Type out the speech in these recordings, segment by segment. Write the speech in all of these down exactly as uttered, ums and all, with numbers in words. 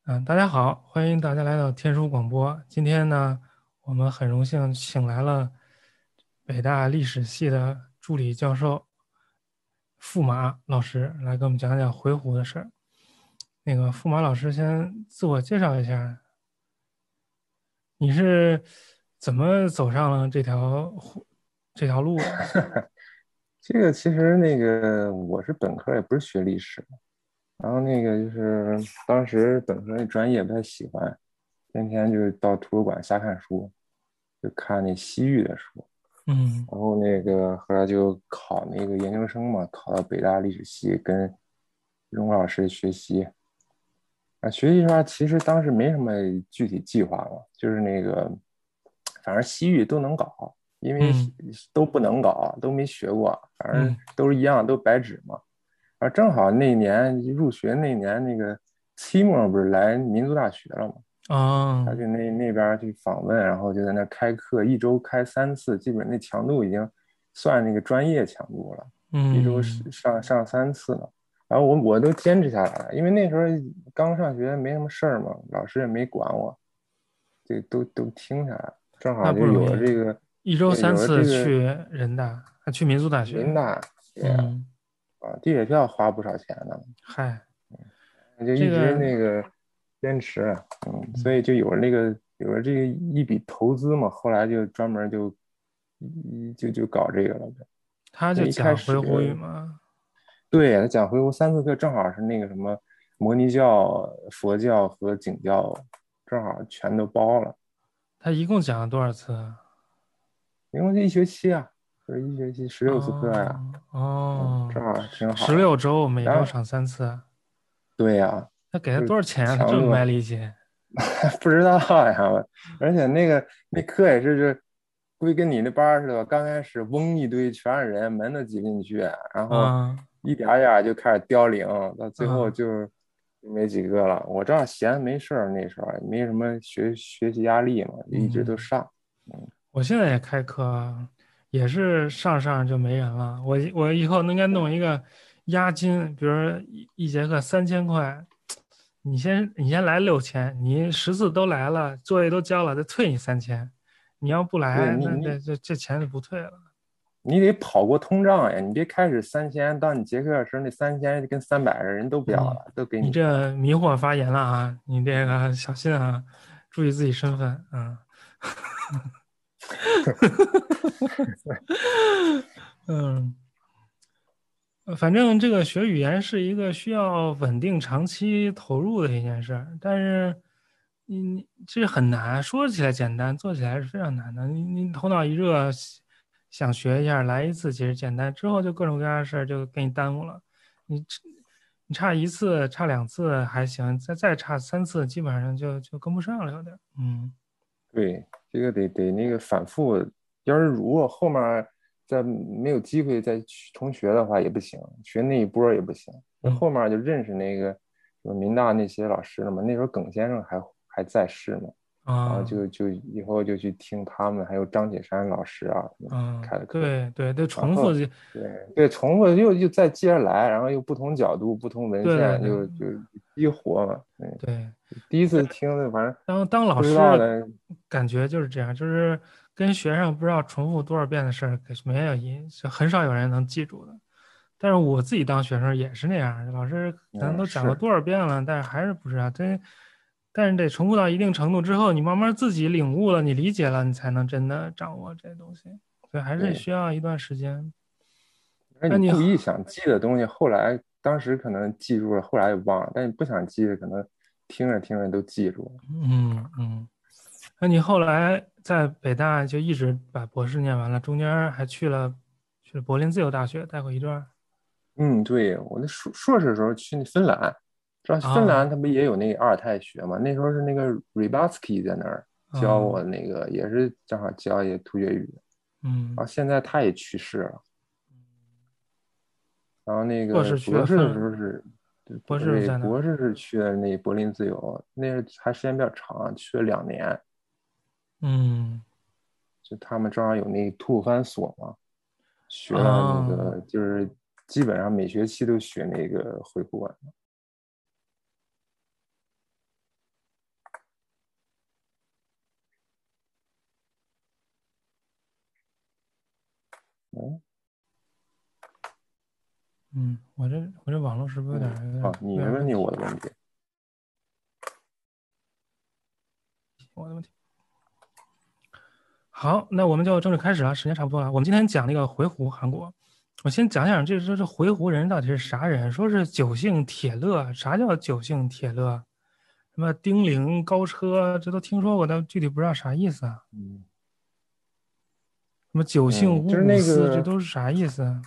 嗯，大家好，欢迎大家来到天书广播。今天呢，我们很荣幸请来了北大历史系的助理教授傅马老师来给我们讲讲回鹘的事儿。那个傅马老师先自我介绍一下，你是怎么走上了这条湖这条路的？ 这个其实那个我是本科，也不是学历史的。然后那个就是当时本科那专业不太喜欢，天天就到图书馆瞎看书，就看那西域的书。 嗯然后那个后来就考那个研究生嘛，考到北大历史系，跟荣老师学习。啊，学习的话，其实当时没什么具体计划嘛，就是那个，反正西域都能搞，因为嗯都不能搞，都没学过，反正嗯都是一样，都白纸嘛。啊，正好那年入学那年，那个期末不是来民族大学了嘛，他哦就那那边去访问，然后就在那开课，一周开三次，基本那强度已经算那个专业强度了，一周嗯， 是上上三次呢。然后我我都坚持下来了，因为那时候刚上学没什么事儿嘛，老师也没管我，就都都听下来了，正那好就有了不容易， 这个， 一周对，有了三次这个去人大，还去民族大学。 人大，对呀， 嗯， 啊，地铁票花不少钱呢， 嗨， 就一直这个。 那个坚持，嗯，所嗯， 以就有了那个有了这个一笔投资嘛，后来就专门就一就就搞这个了呗。 他就那一开讲回鹘语始， 嘛， 对，他讲回国三次课，正好是那个什么摩尼教、佛教和景教，正好全都包了。 他一共讲了多少次啊？ 因为这一学期啊，就是一学期十六次课呀、 哦嗯， 哦， 正好挺十好。 六周，每然后周上三次。 对呀、 他给他就是多少钱啊？他这么卖强度力气。 不知道呀，而且那个那课也是就归跟你那班儿似的，刚开始嗡一堆全是人，门都挤不进去，然后啊一点儿点儿就开始凋零，到最后啊， 就没几个了。我这样闲没事儿，那时候也没什么学学习压力嘛，就一直都嗯， 上。嗯， 我现在也开课啊，也是上上就没人了。我我以后应该弄一个押金，比如说一一节课三千块，你先你先来六千，你十次都来了，作业都交了，再退你三千。你要不来，那这对你你这这钱就不退了。 你得跑过通胀呀，你别开始三千，到你结课的时候那三千跟三百的人都不要你了，都给你你了。 这迷惑发言了啊！你这个小心啊，注意自己身份啊。嗯，呃反正这个学语言是一个需要稳定、长期投入的一件事儿，但是你你这很难，说起来简单，做起来是非常难的。你你头脑一热，想学一下，来一次其实简单，之后就各种各样的事儿就给你耽误了。你你差一次、差两次还行，再再差三次，基本上就就跟不上了，有点儿。嗯对，这个得得那个反复，要是如果后面再没有机会再去重学的话也不行，学那一波儿也不行，那嗯后面就认识那个什么民大那些老师了嘛，那时候耿先生还还在世呢，然后啊。 就就以后就去听他们，还有张铁山老师啊什么嗯， 开的课， 对对对， 然后重复就， 对对重复又又再接着来，然后又不同角度、不同文对对对献就就激活嘛，嗯， 对， 第一次听的反正当当老不知道师的。 感觉就是这样，就是跟学生不知道重复多少遍的事儿，没有一就很少有人能记住的。但是我自己当学生也是那样，老师可能嗯，是， 都讲过多少遍了，但是还是不知道。这，但是得重复到一定程度之后，你慢慢自己领悟了，你理解了，你才能真的掌握这些东西。所以还是对。 需要一段时间。 那你那你故意想记的东西，后来当时可能记住了，后来又忘了。但你不想记的，可能听着听着都记住了。 嗯嗯。那你后来在北大就一直把博士念完了，中间还去了去了柏林自由大学待过一段儿。 嗯，对，我那硕硕士的时候去那芬兰，知道芬兰啊它不也有那个阿尔泰学嘛？那时候是那个 Rybatsky 在那儿教啊我那个，也是正好教一些突厥语。 嗯， 然后现在他也去世了。然后那个硕士去了博士的时芬， 候是，对博士对， 在哪儿？ 博士是去的那柏林自由，那是还时间比较长，去了两年。 嗯就他们正好有那个吐鲁番所嘛。学了那啊个，就是基本上每学期都学那个回顾文。 嗯， 嗯，我这我这网络是不是有点有啊， 点你的问题， 有点问题？ 我的问题。 我的问题。好，那我们就正式开始了，时间差不多了。我们今天讲那个回鹘韩国，我先讲讲这这这回鹘人到底是啥人？说是九姓铁勒，啥叫九姓铁勒？什么丁零高车，这都听说过，但具体不知道啥意思啊。 嗯什么九姓嗯，就是乌古斯，这那个都是啥意思啊？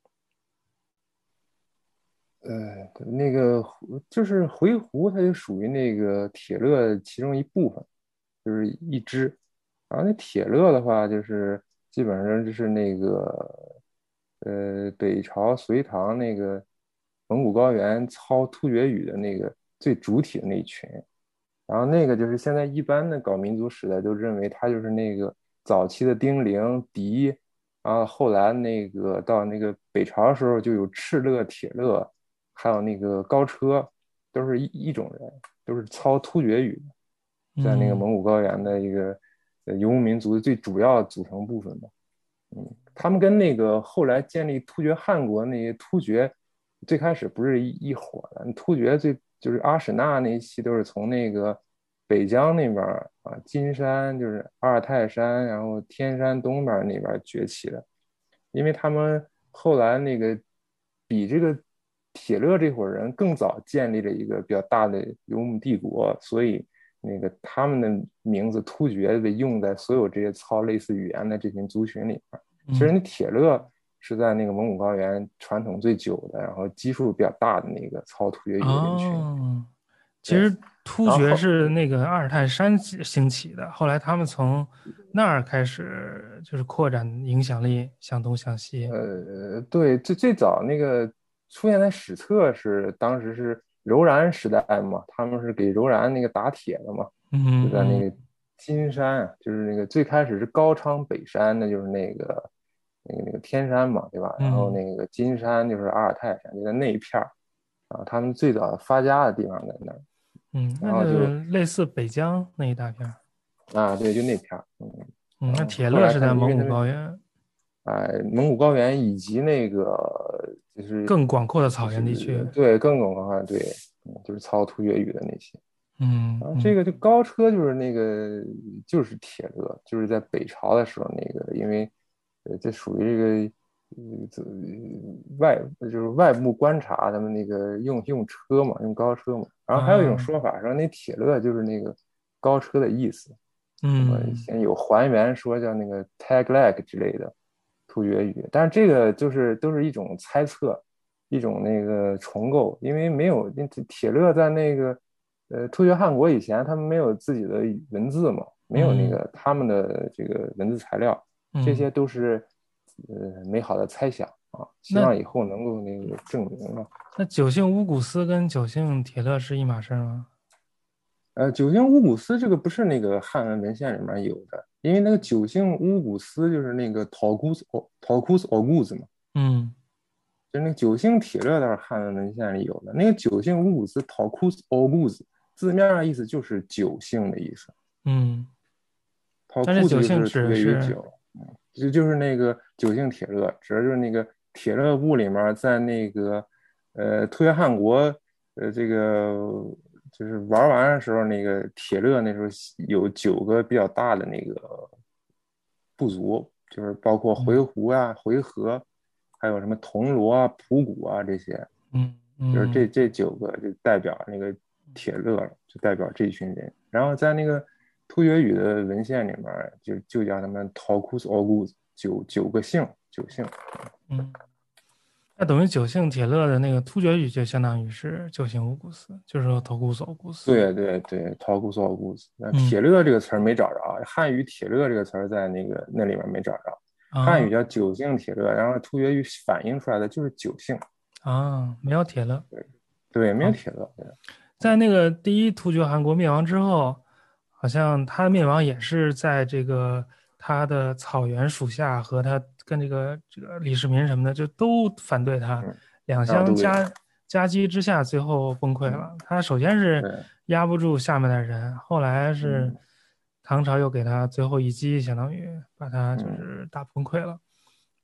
呃，那个就是回鹘，它就属于那个铁勒其中一部分，就是一支。然后那铁勒的话，就是基本上就是那个呃北朝隋唐那个蒙古高原操突厥语的那个最主体的那一群。然后那个就是现在一般的搞民族史的都认为他就是那个早期的丁零、狄，然后后来那个到那个北朝的时候就有敕勒、铁勒，还有那个高车，都是一一种人，都是操突厥语的，在那个嗯蒙古高原的一个呃游牧民族的最主要组成部分吧。嗯，他们跟那个后来建立突厥汗国那些突厥，最开始不是一一伙的。突厥最就是阿史那那一期都是从那个北疆那边啊，金山就是阿尔泰山，然后天山东边那边崛起的。因为他们后来那个比这个铁勒这伙人更早建立了一个比较大的游牧帝国，所以那个他们的名字突厥被用在所有这些操类似语言的这群族群里面。其实嗯。 那铁勒是在那个蒙古高原传统最久的，然后基数比较大的那个操突厥语的人群。 哦，其对， 实突厥然后后是那个阿尔泰山起兴起的，后来他们从那儿开始就是扩展影响力，向东向西。 呃，对，最最早那个出现在史册是当时是柔然时代嘛，他们是给柔然那个打铁的嘛，就嗯嗯在那个金山啊，就是那个最开始是高昌北山，那就是那个那个那个天山嘛，对吧？然后嗯那个金山就是阿尔泰山，就在那一片儿啊，他们最早发家的地方在那儿， 嗯，那就然后就类似北疆那一大片儿。 啊，对，就那片儿，嗯， 嗯，那然后铁勒后来他们因是在蒙古为他们高原啊，蒙古高原以及那个就是更广阔的草就是原地区。 对更广泛对，嗯就是操突厥语的那些。然后这嗯嗯个就高车就是那个就是铁勒，就是在北朝的时候那个，因为呃这属于这个呃这外就是外部观察，他们那个用用车嘛，用高车嘛。然后还有一种啊说法说那铁勒就是那个高车的意思。什么以嗯前有还原说叫那个 taglag 之类的突厥语，但是这个就是都是一种猜测，一种那个重构，因为没有那铁勒在那个呃突厥汗国以前，他们没有自己的文字嘛，没有那嗯个他们的这个文字材料，这嗯， 些都是呃美好的猜想啊，希那望以后能够那个证明了。 那九姓乌古斯跟九姓铁勒是一码事儿吗？ 呃，九姓乌古斯这个不是那个汉文文献里面有的，因为那个九姓乌古斯就是那个陶库斯哦，陶库斯奥古兹嘛， 嗯就是那个九姓铁勒倒是汉文文献里有的。那个九姓乌古斯陶库斯奥古兹字面上意思就是九姓的意思， 嗯， 陶但是库斯就是突九姓指的是厥语九，就就是那个九姓铁勒，指的就是那个铁勒部里面在那个呃突厥汗国呃这个就是玩完的时候，那个铁勒那时候有九个比较大的那个部族，就是包括回嗯鹘啊、回纥，还有什么铜锣啊、普古啊这些， 嗯就是这嗯这九个就代表那个铁勒了，就代表这群人。然后在那个突厥语的文献里面，就就叫他们 Talkus Oghuz，九九个姓，九姓。 嗯，那等于九姓铁勒的那个突厥语就相当于是九姓乌古斯，就是说头古索古斯。 对对对，Talkus Oghuz。那嗯铁勒这个词儿没找着，汉语铁勒这个词儿在那个那里面没找着。汉啊语叫九姓铁勒，然后突厥语反映出来的就是九姓。 啊，没有铁勒。 对，没有好， 铁勒。对在那个第一突厥汗国灭亡之后，好像他灭亡也是在这个他的草原属下和他跟这个这个李世民什么的就都反对他， 嗯， 两啊，对， 相夹夹击之下，最后崩溃嗯， 了。他首先是对， 压不住下面的人，后来是嗯唐朝又给他最后一击，相当于把他就嗯是打崩溃了。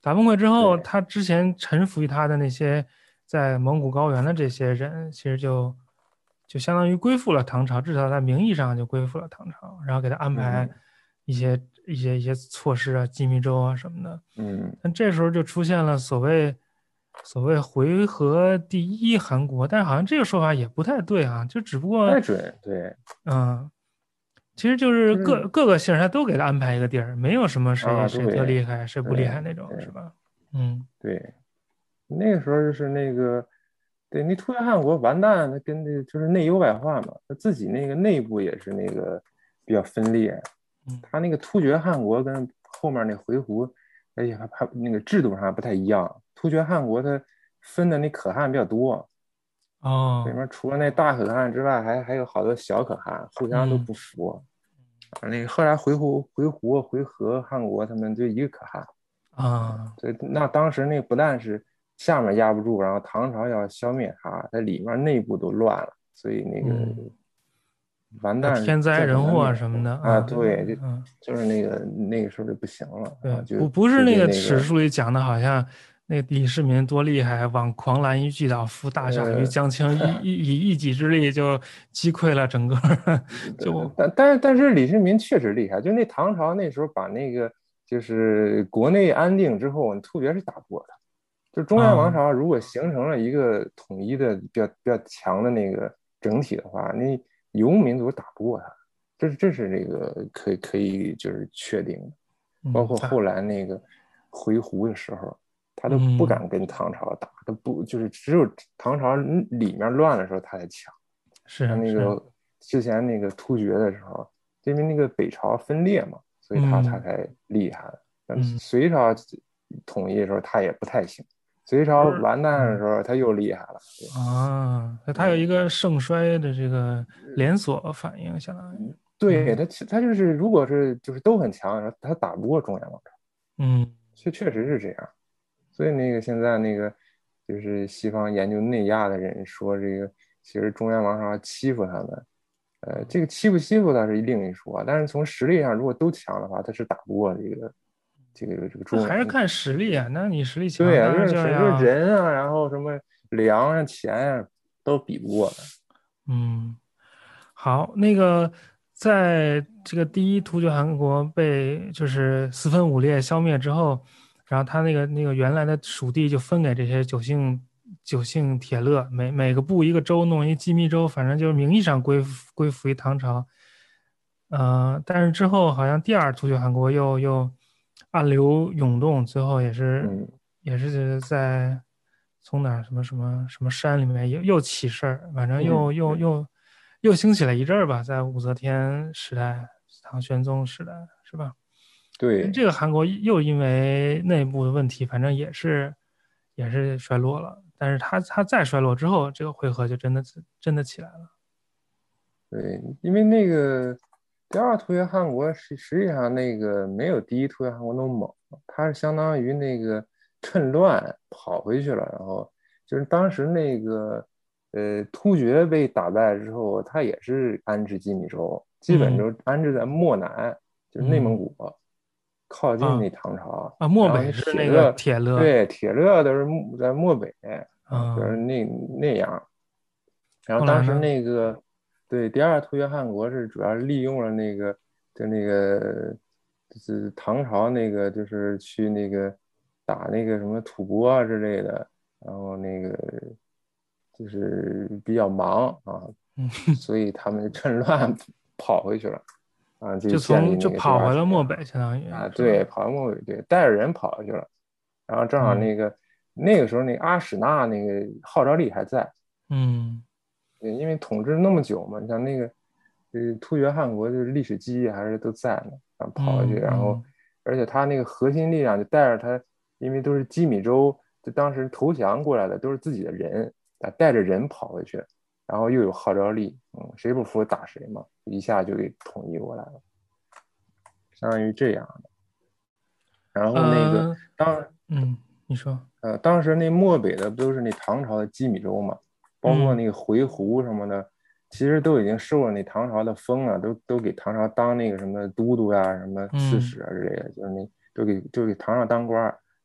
打崩溃之后， 对， 他之前臣服于他的那些在蒙古高原的这些人，其实就就相当于归附了唐朝，至少在名义上就归附了唐朝，然后给他安排嗯一些一些一些措施啊、机密州啊什么的。 嗯， 但这时候就出现了所谓所谓回纥第一汗国，但是好像这个说法也不太对啊，就只不过太准，对， 嗯。其实就是就是各各个姓儿他都给他安排一个地儿，没有什么谁啊， 谁特对厉害谁不厉害对那种，是对吧？嗯。 对，那个时候就是那个，对，那突厥汗国完蛋，他跟那就是内忧外患嘛，他自己那个内部也是那个比较分裂， 嗯。 他那个突厥汗国跟后面那回鹘，而且还还那个制度上还不太一样。突厥汗国它分的那可汗比较多，里哦。 面除了那大可汗之外，还还有好多小可汗，互相都嗯。 不服。啊那个后来回鹘、回鹘、回纥汗国他们就一个可汗， 啊。 所以那当时那不但是下面压不住，然后唐朝要消灭他，它里面内部都乱了，所以那个嗯。还有完蛋天灾在所难免人祸什么的啊， 啊，对对对。 对，就嗯。 就是那个那个时候就不行了，然对， 后就不不是就那个被那个史书里讲的，好像那个李世民多厉害，往狂澜于巨岛，负大小于呃将倾，一一以一己之力就击溃了整个就但但但是李世民确实厉害，就那唐朝那时候把那个就是国内安定之后，突厥是打不过他。就中原王啊。 朝如果形成了一个统一的比较比较强的那个整体的话，那游牧民族打不过他，这是这是这个可以可以就是确定的。包嗯。打。 括后来那个回鹘的时候，他都不嗯。 敢跟唐朝打，他不就是只有唐朝里面乱的时候他才强。像是是。 那个之前那个突厥的时候，因为那个北朝分裂嘛，所以他他嗯。 才厉害。但嗯。 隋朝统一的时候他也不太行，隋朝不是。 完蛋的嗯。 时候他又厉害了。对， 啊，那它有一嗯， 个盛衰的这个连锁反应，相当于。 对， 嗯。 他他就是如果是就是都很强的时候，他打不过中原王朝， 嗯。 确确实是这样。所以那个现在那个就是西方研究内亚的人说，这个其实中原王朝欺负他们，呃，这个欺负欺负他是另一说，但是从实力上如果都强的话，他是打不过这个这个这个中原的。 那还是看实力啊，那你实力强， 对呀、啊当然就就是就是要。 人啊，然后什么粮啊、钱啊都比不过的。 嗯。好，那个在这个第一突厥汗国被就是四分五裂消灭之后，然后他那个那个原来的属地就分给这些九姓九姓铁勒，每每个部一个州，弄一机密州，反正就是名义上归附归附于唐朝。呃，但是之后好像第二突厥汗国又又暗流涌动，最后也是嗯也是在从哪儿什么什么什么山里面又又起事儿，反正又嗯，对又又又兴起了一阵儿吧，在武则天时代、唐玄宗时代是吧？ 对这个韩国又因为内部的问题，反正也是也是衰落了。但是他他再衰落之后，这个回合就真的真的起来了。 对，因为那个第二突厥汗国实实际上那个没有第一突厥汗国那么猛，它是相当于那个趁乱跑回去了，然后就是当时那个呃突厥被打败之后，它也是安置基米州，基本嗯。 就安置在漠南，就是内蒙嗯。 古靠近啊那唐朝， 啊，漠然后那北是那个铁勒， 铁勒。 对，铁勒都是漠在漠北啊，就是嗯。 那那样。然后当时后来呢？ 那个对第二突厥汗国是主要是利用了那个就那个就是唐朝那个就是去那个打那个什么吐蕃啊之类的，然后那个就是比较忙啊， 嗯。 所以他们就趁乱跑回去了啊，就就建立从就跑那个第二回了漠北， 突厥汗相当于啊，对， 是吧？ 跑到漠北，对，带着人跑回去了，然后正好嗯。 那个那个时候那个阿史那那个号召力还在。 嗯。 对，因为统治那么久嘛，你像那个，呃，突厥汗国就是历史记忆还是都在呢，然后跑过去，然后， 嗯。 而且他那个核心力量就带着他，因为都是基米州，就当时投降过来的都是自己的人，啊，带着人跑回去，然后又有号召力，嗯，谁不服打谁嘛，一下就给统一过来了，相当于这样的。然后那个呃。 当嗯。你说。 呃，当时那漠北的不都是那唐朝的基米州嘛，包括嗯。 那个回鹘什么的，其实都已经受了那唐朝的封了，都都给唐朝当那个什么都督呀、什么刺嗯。 史啊之类的，就是那都给就给唐朝当官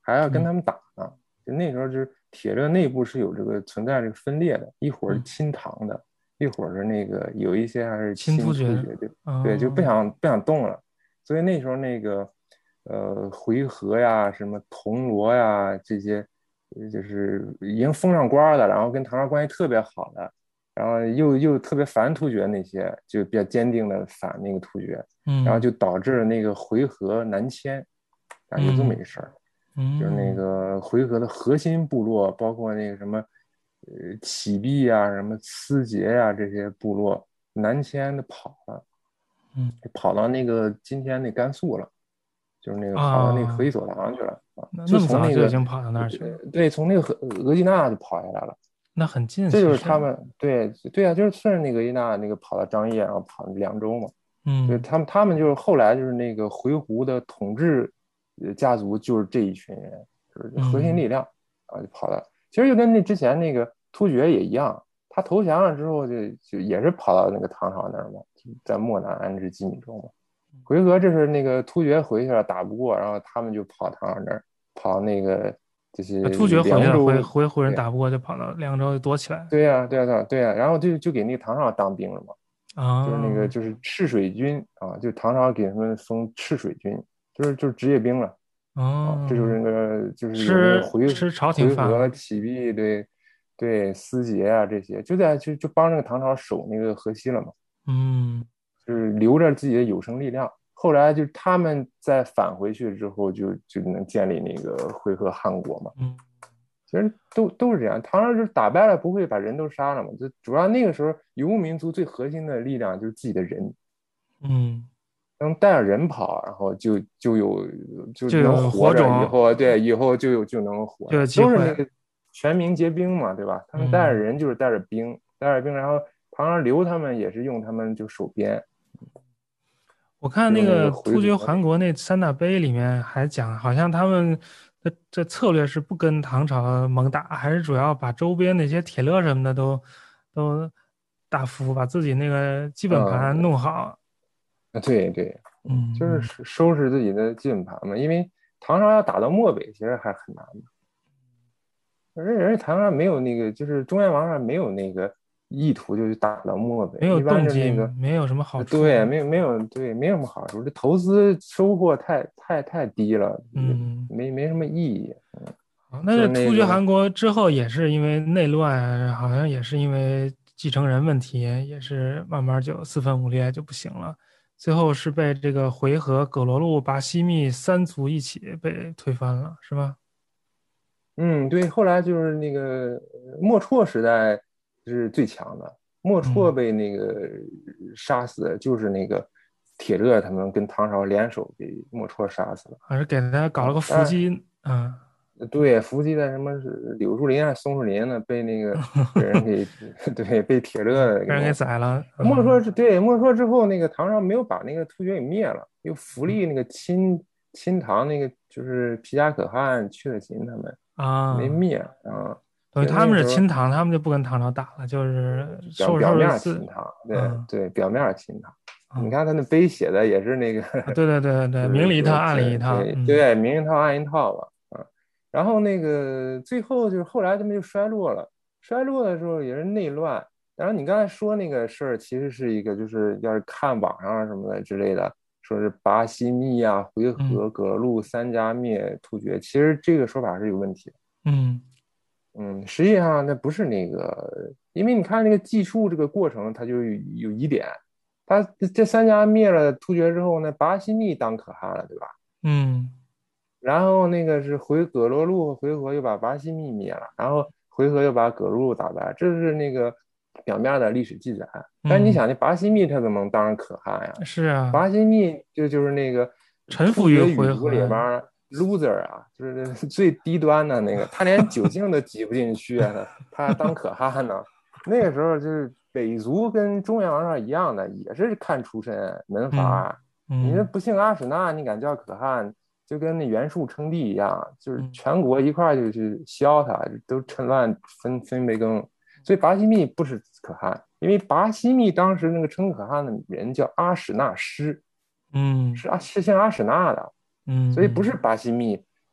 还要跟嗯他们打呢。就那时候就是铁勒内部是有这个存在这个分裂的，一会儿是嗯， 亲唐的，一会儿是那个有一些还是亲突厥， 亲突厥，就对，就不哦， 想不想动了。所以那时候那个呃回纥呀、什么铜锣呀这些，呃就是已经封上官的，然后跟唐朝关系特别好的，然后又又特别反突厥那些，就比较坚定的反那个突厥，然后嗯就导致了那个回纥南迁，啊，有这么嗯一事儿。就是那嗯个回纥的核心部落，包括那个什么，呃，乞壁啊、什么思节呀、这些部落南迁的跑了， 嗯跑到那个今天那甘肃了，就是那个跑到那个河啊， 西走廊去了啊，就那那么从那个， 早就已经跑到那儿去了， 呃对，从那个河额济纳就跑下来了。 那很近， 这就是其实， 他们，对对啊，就是顺着那个额济纳那个跑到张掖，然后跑到凉州嘛。对， 嗯他们，他们就是后来就是那个回鹘的统治呃家族，就是这一群人，就是核心嗯力量啊，就跑到，其实就跟那之前那个突厥也一样，他投降了之后就就也是跑到那个唐朝那儿嘛，在漠南安置羁米州嘛。回纥这是那个突厥回去了打不过，然后他们就跑唐朝那儿，跑那个就是那突厥回去了，回凉州。 回回人对打不过就跑到凉州就躲起来对呀、对呀、对呀、对呀、然后就就给那个唐朝当兵了嘛。就是那个啊， 就是赤水军啊，就唐朝给他们封赤水军，就是就是职业兵了啊，这就是哦， 那个就是有那个吃回吃朝廷回纥、 饭了， 起义，对对，思节啊这些，就在就就帮那个唐朝守那个河西了嘛， 嗯就是留着自己的有生力量。后来就他们再返回去之后就，就能建立那个回纥汗国嘛。 嗯其实都都是这样，唐朝就是打败了不会把人都杀了嘛，就主要那个时候游牧民族最核心的力量就是自己的人， 嗯， 能带着人跑，然后就就有就就有火能活着，以种， 后对以后就有就能活就有着， 机会， 都是那个全民皆兵嘛，对吧？他们带着嗯。 人就是带着兵，带着兵，然后唐朝留他们也是用他们就守边， 我看那只有那个突厥个回纥汗国那三大碑里面还讲，好像他们的这策略是不跟唐朝猛打，还是主要把周边那些铁勒什么的都都打服，把自己那个基本盘嗯， 弄好。 对对，嗯，就是嗯收收拾自己的基本盘嘛，因为唐朝要打到漠北其实还很难的。而而且唐朝没有那个，就是中原王朝没有那个意图，就是打到漠北， 没有一般动机， 就那个， 没有什么好呃对， 处。 没有没有对，没什么好处，这投资收获太太太低了， 嗯， 没没什么意义。 好，那就是这突厥汗那个， 国之后也是因为内乱，好像也是因为继承人问题，也是慢慢就四分五裂就不行了。最后是被这个回纥、葛罗路、拔西密三族一起被推翻了，是吧？ 嗯，对，后来就是那个呃莫绰时代是最强的，莫绰嗯， 被那个杀死，就是那个铁勒他们跟唐朝联手给莫绰杀死了还是给他搞了个啊，当然。 伏击，嗯， 对，伏击在什么是柳树林啊、松树林呢？被那个人给对，被铁勒给被人给弄死了。 宰了， 莫说嗯是对，莫说之后，那个唐朝没有把那个突厥给灭了，又扶嗯立那个亲亲唐那个就是皮贾可汗、屈可勤他们没啊， 灭啊。 等于所以他们是那个时候亲唐，他们就不跟唐朝打了，就是收拾表表面收拾自， 亲唐，对嗯对，表面亲唐。你嗯看他那碑写的也是那个， 啊，对对对对对， 就是明里一套， 说这暗里一套，嗯对对，明一套暗一套吧。啊。然后那个最后就是后来他们就衰落了，衰落的时候也是内乱。然后你刚才说那个事儿，其实是一个就是要是看网上啊什么的之类的，说是拔西密啊、回嗯纥、葛路三家灭突厥，其实这个说法是有问题的。 嗯嗯，实际上那不是那个，因为你看那个计数这个过程，它就有有疑点。他这三家灭了突厥之后呢，拔西密当可汗了，对吧？ 嗯然后那个是回葛罗路和回纥又把拔西密灭了，然后回纥又把葛罗路打败，这是那个表面的历史记载。但是你嗯， 想，那拔西密他怎么能当上可汗呀？ 是啊， 拔西密就就是那个臣服突厥语于回族里纥， 面 loser 啊，就是最低端的那个，他连酒精都挤不进去啊，他他还当可汗呢。那个时候就是北族跟中原王朝一样的，也是看出身门嗯阀。你这嗯不姓阿史那，你敢叫可汗，就跟那袁术称帝一样，就是嗯全国一块就去削他，都趁乱分分杯羹。所以拔西密不是可汗，因为拔西密当时那个称可汗的人叫阿史那师， 嗯是啊，是姓阿史那的，所以不是嗯嗯拔西密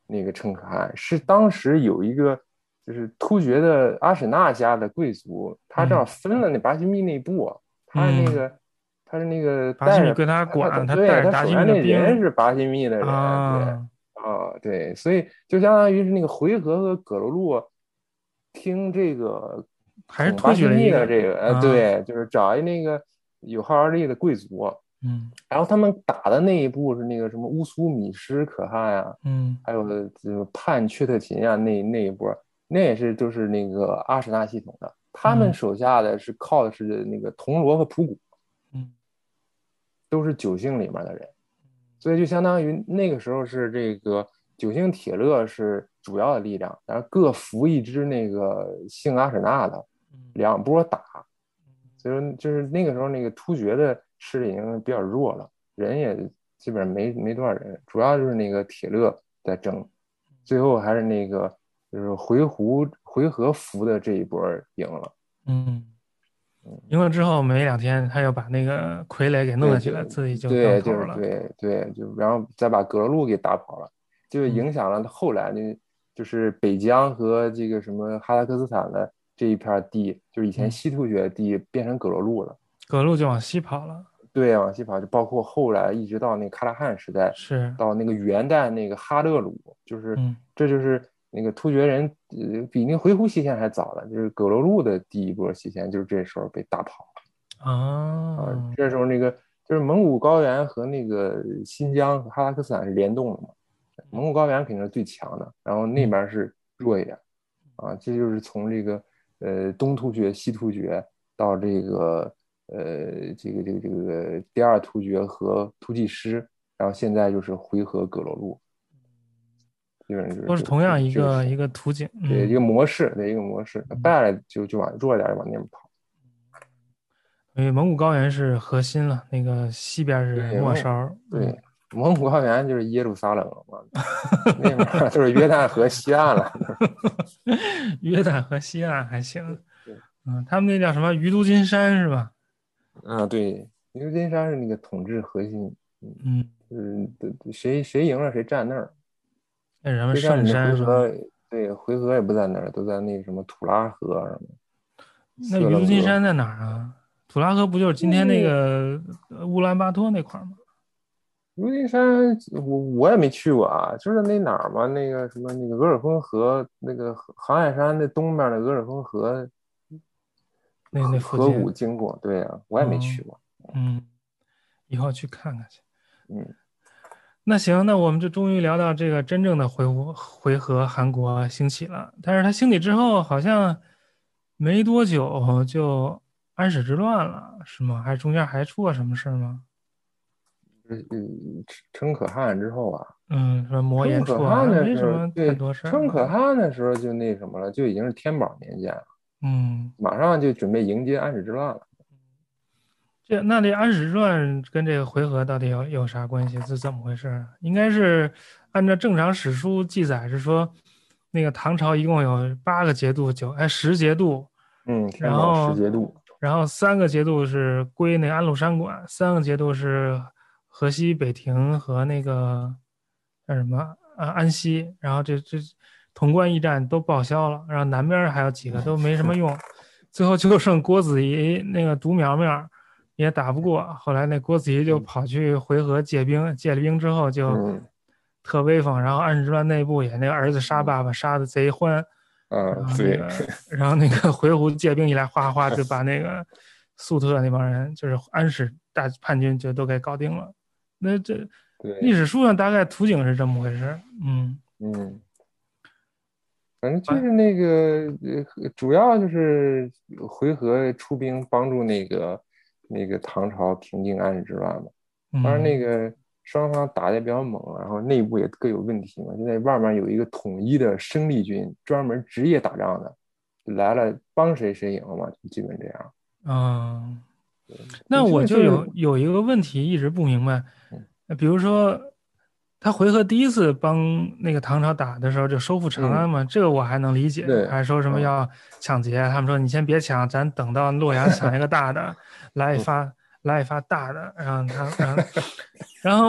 那个称可汗，是当时有一个就是突厥的阿史那家的贵族，他正好嗯分了那拔西密那部，他是那嗯， 个他是那个带着拔西米归他他他他管，他带对他着达西密的手下那人兵是拔西密的人，对啊， 啊对，所以就相当于是那个回纥和葛罗路听这个还是统拔托举西密了一个的这个，呃， 啊， 对，就是找一那个有号召力的贵族， 嗯然后他们打的那一部是那个什么乌苏米什可汗呀、 嗯还有这个叛却特勤呀，那那一波，那也是就是那个阿史那系统的，他们嗯手下的是靠的是那个铜锣和普古， 嗯都是九姓里面的人，所以就相当于那个时候是这个九姓铁勒是主要的力量，然后各扶一支那个姓阿史那的嗯两波打，所以说就是那个时候那个突厥的势力已经比较弱了，人也基本上没没多少人，主要就是那个铁勒在争，最后还是那个就是回鹘回纥扶的这一波赢了。 嗯，赢嗯， 了之后没两天，他又把那个傀儡给弄对，就下去了，自己就当对， 头了。 就是对对，就然后再把格鲁给打跑了，就嗯影响了后来那就是北疆和这个什么哈萨克斯坦的这一片地，就是以前嗯， 西突厥地变成葛罗路了。 葛路就往西跑了。 对，往西跑，就包括后来一直到那个喀拉汗时代， 是， 到那个元代那个哈勒鲁，就是嗯这就是那个突厥人，呃，比那回鹘西迁还早了，就是葛罗路的第一波西迁，就是这时候被打跑了啊。 啊， 这时候那个就是蒙古高原和那个新疆和哈萨克斯坦是联动的嘛，蒙古高原肯定是最强的，然后那嗯边是弱一点啊，这就是从这个呃东突厥、西突厥到这个呃这个这个这个第二突厥和突厥师，然后现在就是回纥葛罗路，基本上就是都是这这同样一这个是个一个途径。 对一个嗯模式，对一个模式， 嗯， 败了就就往弱一点就往那边跑， 因为蒙古高原是核心了，那个西边是对蒙末梢。嗯， 对蒙古高原就是耶路撒冷了嘛，那边都是约旦河西岸了， 约旦和西岸还行。 对， 嗯，他们那叫什么鱼都金山是吧？ 啊对，牛金山是那个统治核心，嗯。 嗯， 嗯，对对，谁谁赢了谁站那儿。 那什么圣就像你的回山什么的。 纥，对，回纥也不在那儿，都在那个什么土拉河什么那鱼都色楞格。 金山在哪儿啊？土拉河不就是今天那那个呃乌兰巴托那块儿吗？ 牛金山，我我也没去过啊，就是那哪儿嘛，那个什么那个额尔丰河，那个杭海山那东边的额尔丰河那那附河河谷近。 经过，对啊，我也没去嗯过。 嗯，以后去看看去。 嗯， 那行，那我们就终于聊到这个真正的回回回纥韩国兴起了。但是它兴起之后，好像没多久就安史之乱了，是吗？还是中间还出过什么事儿吗？ 就是嗯，称可汗之后啊， 嗯，什么摩称延绰啊， 可汗的没什时候，对， 么太多事儿称可好像。 汗的时候就那什么了，就已经是天宝年间了， 嗯， 马上就准备迎接安史之乱了。 这那这安史之乱跟这个回纥到底有有啥关系？是怎么回事儿？应该是按照正常史书记载是说，那个唐朝一共有八个节度，九哎十节度， 嗯，天宝十然后节度。 然后三个节度是归那安禄山管，三个节度是河西、北庭和那个叫什么啊安西，然后这这潼关一战都报销了，然后南边还有几个都没什么用，最后就剩郭子仪那个独苗苗也打不过，后来那郭子仪就跑去回纥借兵，借了兵之后就嗯特威风，然后安史之乱内部也那个儿子杀爸爸杀的贼欢。然嗯，对， 后那个，然后那个回鹘借兵一来，哗哗就把那个粟特那帮人，就是安史大叛军，就都给搞定了。那这历对， 史书上大概图景是这么回事。嗯， 嗯，反正就哎， 是那个呃，主要就是回纥出兵帮助那个那个唐朝平定安史之乱嘛。当然，那嗯个双方打得比较猛，然后内部也各有问题嘛。现在外面有一个统一的生力军，专门职业打仗的，来了帮谁谁赢了嘛，就基本这样。 嗯， 就那我就这就是有有一个问题一直不明白， 嗯呃比如说他回纥第一次帮那个唐朝打的时候就收复长安嗯， 嘛，这个我还能理解， 对， 还说什么嗯要抢劫，他们说你先别抢，咱等到洛阳抢一个大的，来一嗯发来一发大的，然后他然后然后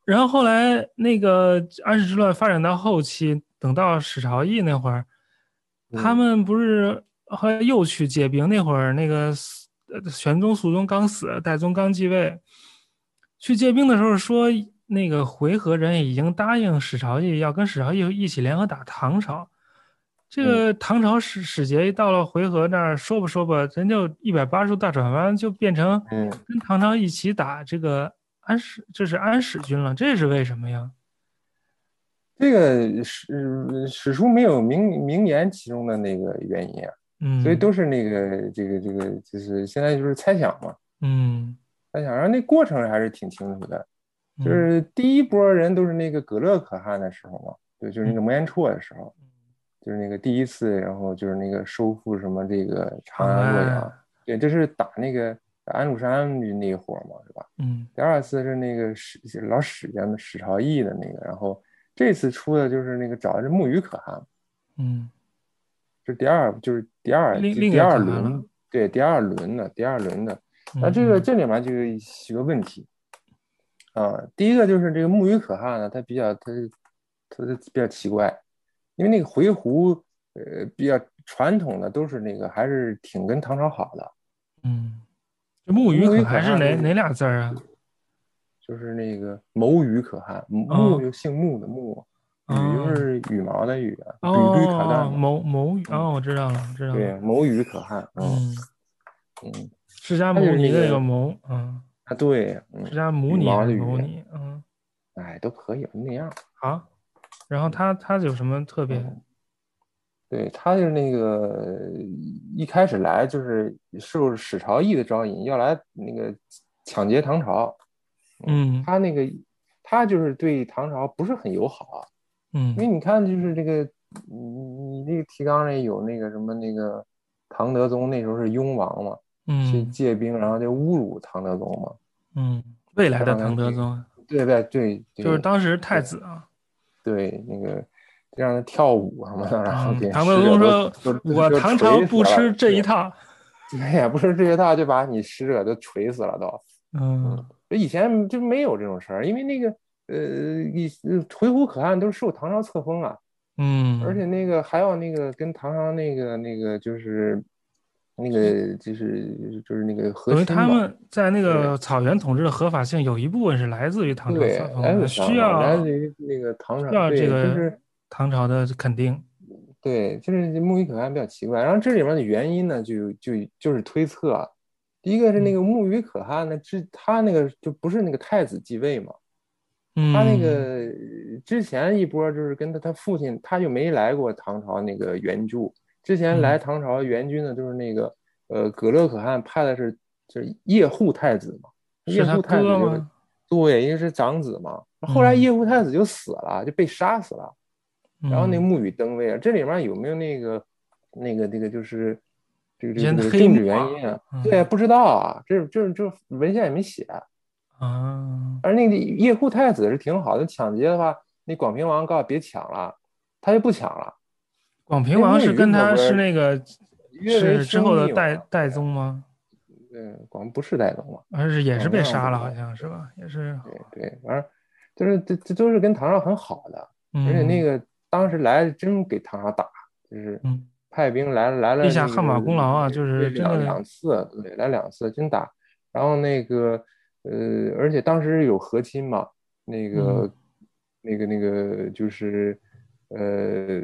然后后来那个安史之乱发展到后期，等到史朝义那会儿，他嗯们不是后来又去借兵，那会儿那个死呃玄宗、肃宗刚死，代宗刚继位，去借兵的时候说，那个回纥人已经答应史朝义要跟史朝义一起联合打唐朝。这嗯个唐朝使使节到了回纥那儿，说吧说吧，人就一百八十度大转弯，就变成嗯， 跟唐朝一起打这个安史，这是安史军了，这是为什么呀？ 这个史史书没有明明言其中的那个原因啊，所以嗯都是那个这个这个就是现在就是猜想嘛， 嗯猜想，然后那过程还是挺清楚的，就嗯是第一波人都是那个葛勒可汗的时候嘛，对，就是那嗯， 个摩延绰的时候，就是那个第一次，然后就是那个收复什么这个长长安、洛阳， 安， 对，这是打那个安禄山那一伙嘛，是吧？ 嗯第二次是那个史老史家的史朝义的那个，然后这次出的就是那个找的是木鱼可汗， 嗯， 是第二，就是第二另另一个第第二可汗了， 轮，对，第二轮的第二轮的。那这个嗯嗯这里面就有一个问题啊，第一个就是这个木鱼可汗呢，他比较他他比较奇怪，因为那个回鹘呃比较传统的都是那个还是挺跟唐朝好的， 嗯，这木鱼木鱼可可汗是汗呢哪哪俩字儿啊？ 就是那个牟羽可汗，木哦就姓木的木，羽就哦是羽毛的羽啊， 哦履履卡干哦， 嘛， 谋谋语嗯， 哦，我知道了，我知道了， 对，牟羽可汗，嗯嗯， 嗯， 释迦他就牟尼的那个是那个牟，嗯， 啊，对，嗯， 释迦牟羽尼还是毛的羽， 牟尼？嗯， 哎，都可以那样， 好，然后他他有什么特别？ 嗯，对，他就是那个一开始来就是受史朝义的招引，要来那个抢劫唐朝，嗯， 嗯他那个他就是对唐朝不是很友好啊，因为嗯你看就是这个你你这个提纲里有那个什么那个唐德宗那时候是雍王嘛，去嗯借兵，然后就侮辱唐德宗嘛， 嗯，未来的让他那个唐德宗对对对就是对当时太对子啊。 对，那个让他跳舞什么的，然后嗯， 给唐德使者都宗说： 都 “我都唐朝锤死了， 不吃这一对套。” 对呀，不是这些大就把你使者都锤死了都， 嗯嗯，以前就没有这种事儿，因为那个呃以呃回鹘可汗都是受唐朝册封啊，而嗯， 且那个还要那个跟唐朝那个那个就是那个就是就是那个和等于亲嘛， 他们在那对个草原统治的合法性有一部分是来自于唐朝册对， 封的， 来自需唐朝，来自要于那个唐朝， 需要这对，就个是唐朝的肯定。 对，就是木鱼可汗比较奇怪。然后这里面的原因呢，就就就是推测啊，第一个是那嗯个木鱼可汗呢，之他那个就不是那个太子继位嘛，他那嗯个之前一波就是跟他他父亲，他就没来过唐朝那个援助。之前来嗯， 唐朝援军的，就是那个呃葛勒可汗派的是就是叶护太子嘛，叶是他护太子就是哥吗？ 对，因为是长子嘛。后来嗯叶护太子就死了，就被杀死了。然后那嗯， 木语登位了，这里面有没有那个那个这个就是这个这个这以前的个政治原黑幕啊。 因啊？对， 嗯不知道啊，这这这文献也没写。 啊， 而那个叶护太子是挺好的，抢劫的话，那广平王告诉别抢了，他就不抢了。 广平那木王是跟他鱼可不是是那个约为是之后的兄弟嘛？ 代代对， 宗吗？ 对，广不是代宗嘛？ 还是也是广平被杀了，好王不是代宗， 像是吧？也是。 对对，反正就是这这都是跟唐朝很好的，而且那嗯个当时来真给唐朝打，就是嗯。 派兵来了来立了那个下汗马功劳啊，就是真两的。 两次，对，来两次真打，然后那个呃，而且当时有和亲嘛，那嗯个那个那个就是呃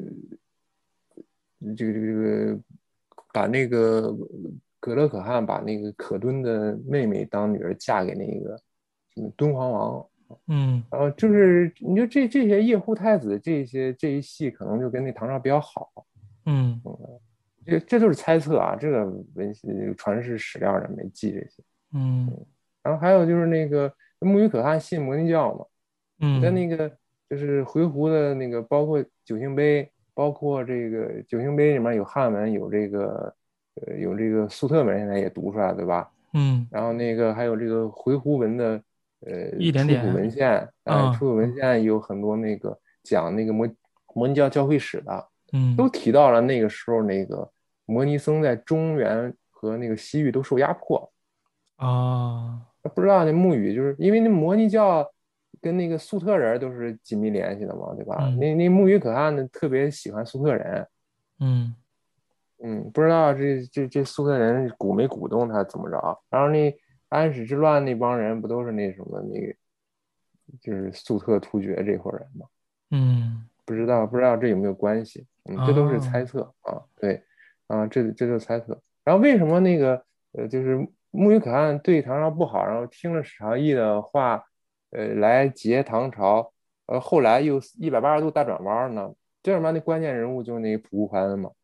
这个这个这个把那个葛勒可汗把那个可敦的妹妹当女儿嫁给那个什么敦煌王， 嗯然后就是你就这这些叶护太子这些这一系可能就跟那唐朝比较好， 嗯这这都是猜测啊，这个文传世史料上没记这些。 嗯然后还有就是那个木鱼可汗信摩尼教嘛，你在嗯那个就是回鹘的那个，包括九星碑，包括这个九星碑里面有汉文，有这个呃有这个粟特文，现在也读出来，对吧？ 嗯， 然后那个还有这个回鹘文的呃一点出土文点。 献，哎， 嗯出土文献有很多那个讲那个摩摩尼教教会史的，都嗯提到了那个时候那个摩尼僧在中原和那个西域都受压迫。 啊不知道那木语就是因为那摩尼教跟那个粟特人都是紧密联系的嘛，对吧？ 嗯那那木鱼可汗呢，特别喜欢粟特人。 嗯嗯，不知道这这这粟特人鼓没鼓动他怎么着？然后那安史之乱那帮人不都是那什么那个，就是粟特突厥这伙人吗？ 嗯不知道不知道这有没有关系？嗯，这都是哦猜测啊。对啊，这这就是猜测。然后为什么那个呃，就是木鱼可汗对唐朝不好，然后听了史朝义的话，呃，来劫唐朝，呃，后来又一百八十度大转弯呢？这里面的关键人物就是那个仆固怀恩嘛。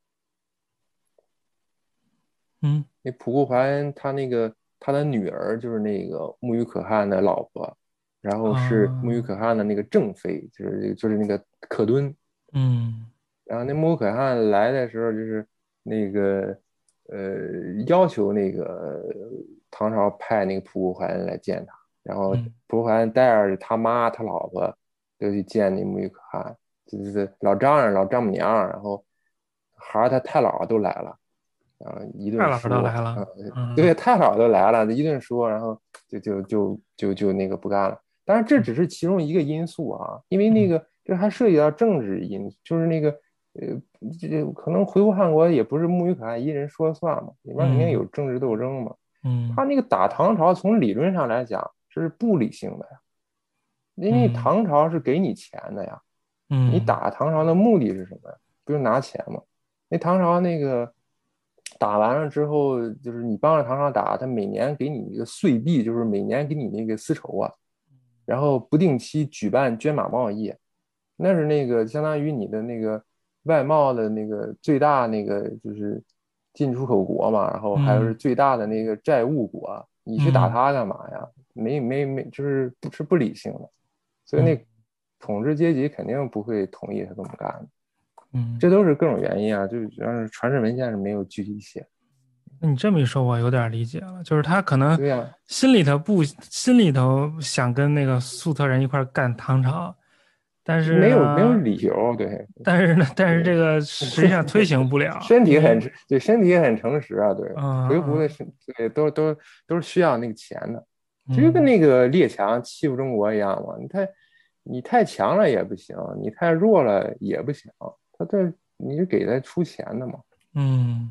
嗯那仆固怀恩他那个他的女儿就是那个木鱼可汗的老婆，然后是木鱼啊可汗的那个正妃，就是就是那个可敦。 嗯然后那穆可汗来的时候，就是那个呃要求那个唐朝派那个仆固怀恩来见他，然后仆嗯固怀恩带着他妈他老婆就去见那木鱼可汗，就是老丈人老丈母娘，然后孩儿他太姥都来了，然后一顿太姥都说，嗯， 来了，嗯对，太姥都来了，一顿说，然后就就就就就那个不干了。当然，这只是其中一个因素啊，因为那嗯个这还涉及到政治因素，就是那个呃，这可能回国汉国也不是穆于可汗一人说了算嘛，里面肯定嗯有政治斗争嘛。 嗯他那个打唐朝，从理论上来讲这是不理性的呀，因为嗯唐朝是给你钱的呀，你嗯打唐朝的目的是什么呀？不是拿钱吗？那唐朝那个打完了之后，就是你帮着唐朝打，他每年给你一个岁币，就是每年给你那个丝绸啊，然后不定期举办捐马贸易，那是那个相当于你的那个外贸的那个最大那个就是进出口国嘛，然后还有是嗯最大的那个债务国，你去打嗯它干嘛呀？没没没，就是不是不理性的，所以嗯那统治阶级肯定不会同意他这么干的， 嗯， 这都是各种原因啊，就是主要是传世文献是没有具体写。 那你这么一说，我有点理解了，就是他可能对呀， 心里头不心里头想跟那个粟特人一块干唐朝，但是没有没有呢， 理由，对但是呢，但是对， 这个实际上推行不了， 身体很因为对，身体也很诚实啊，对， 嗯回鹘的嗯身对都都都是需要那个钱的，就跟嗯那个列强欺负中国一样嘛，你太你太强了也不行，你太弱了也不行，他这你是给他出钱的嘛， 嗯，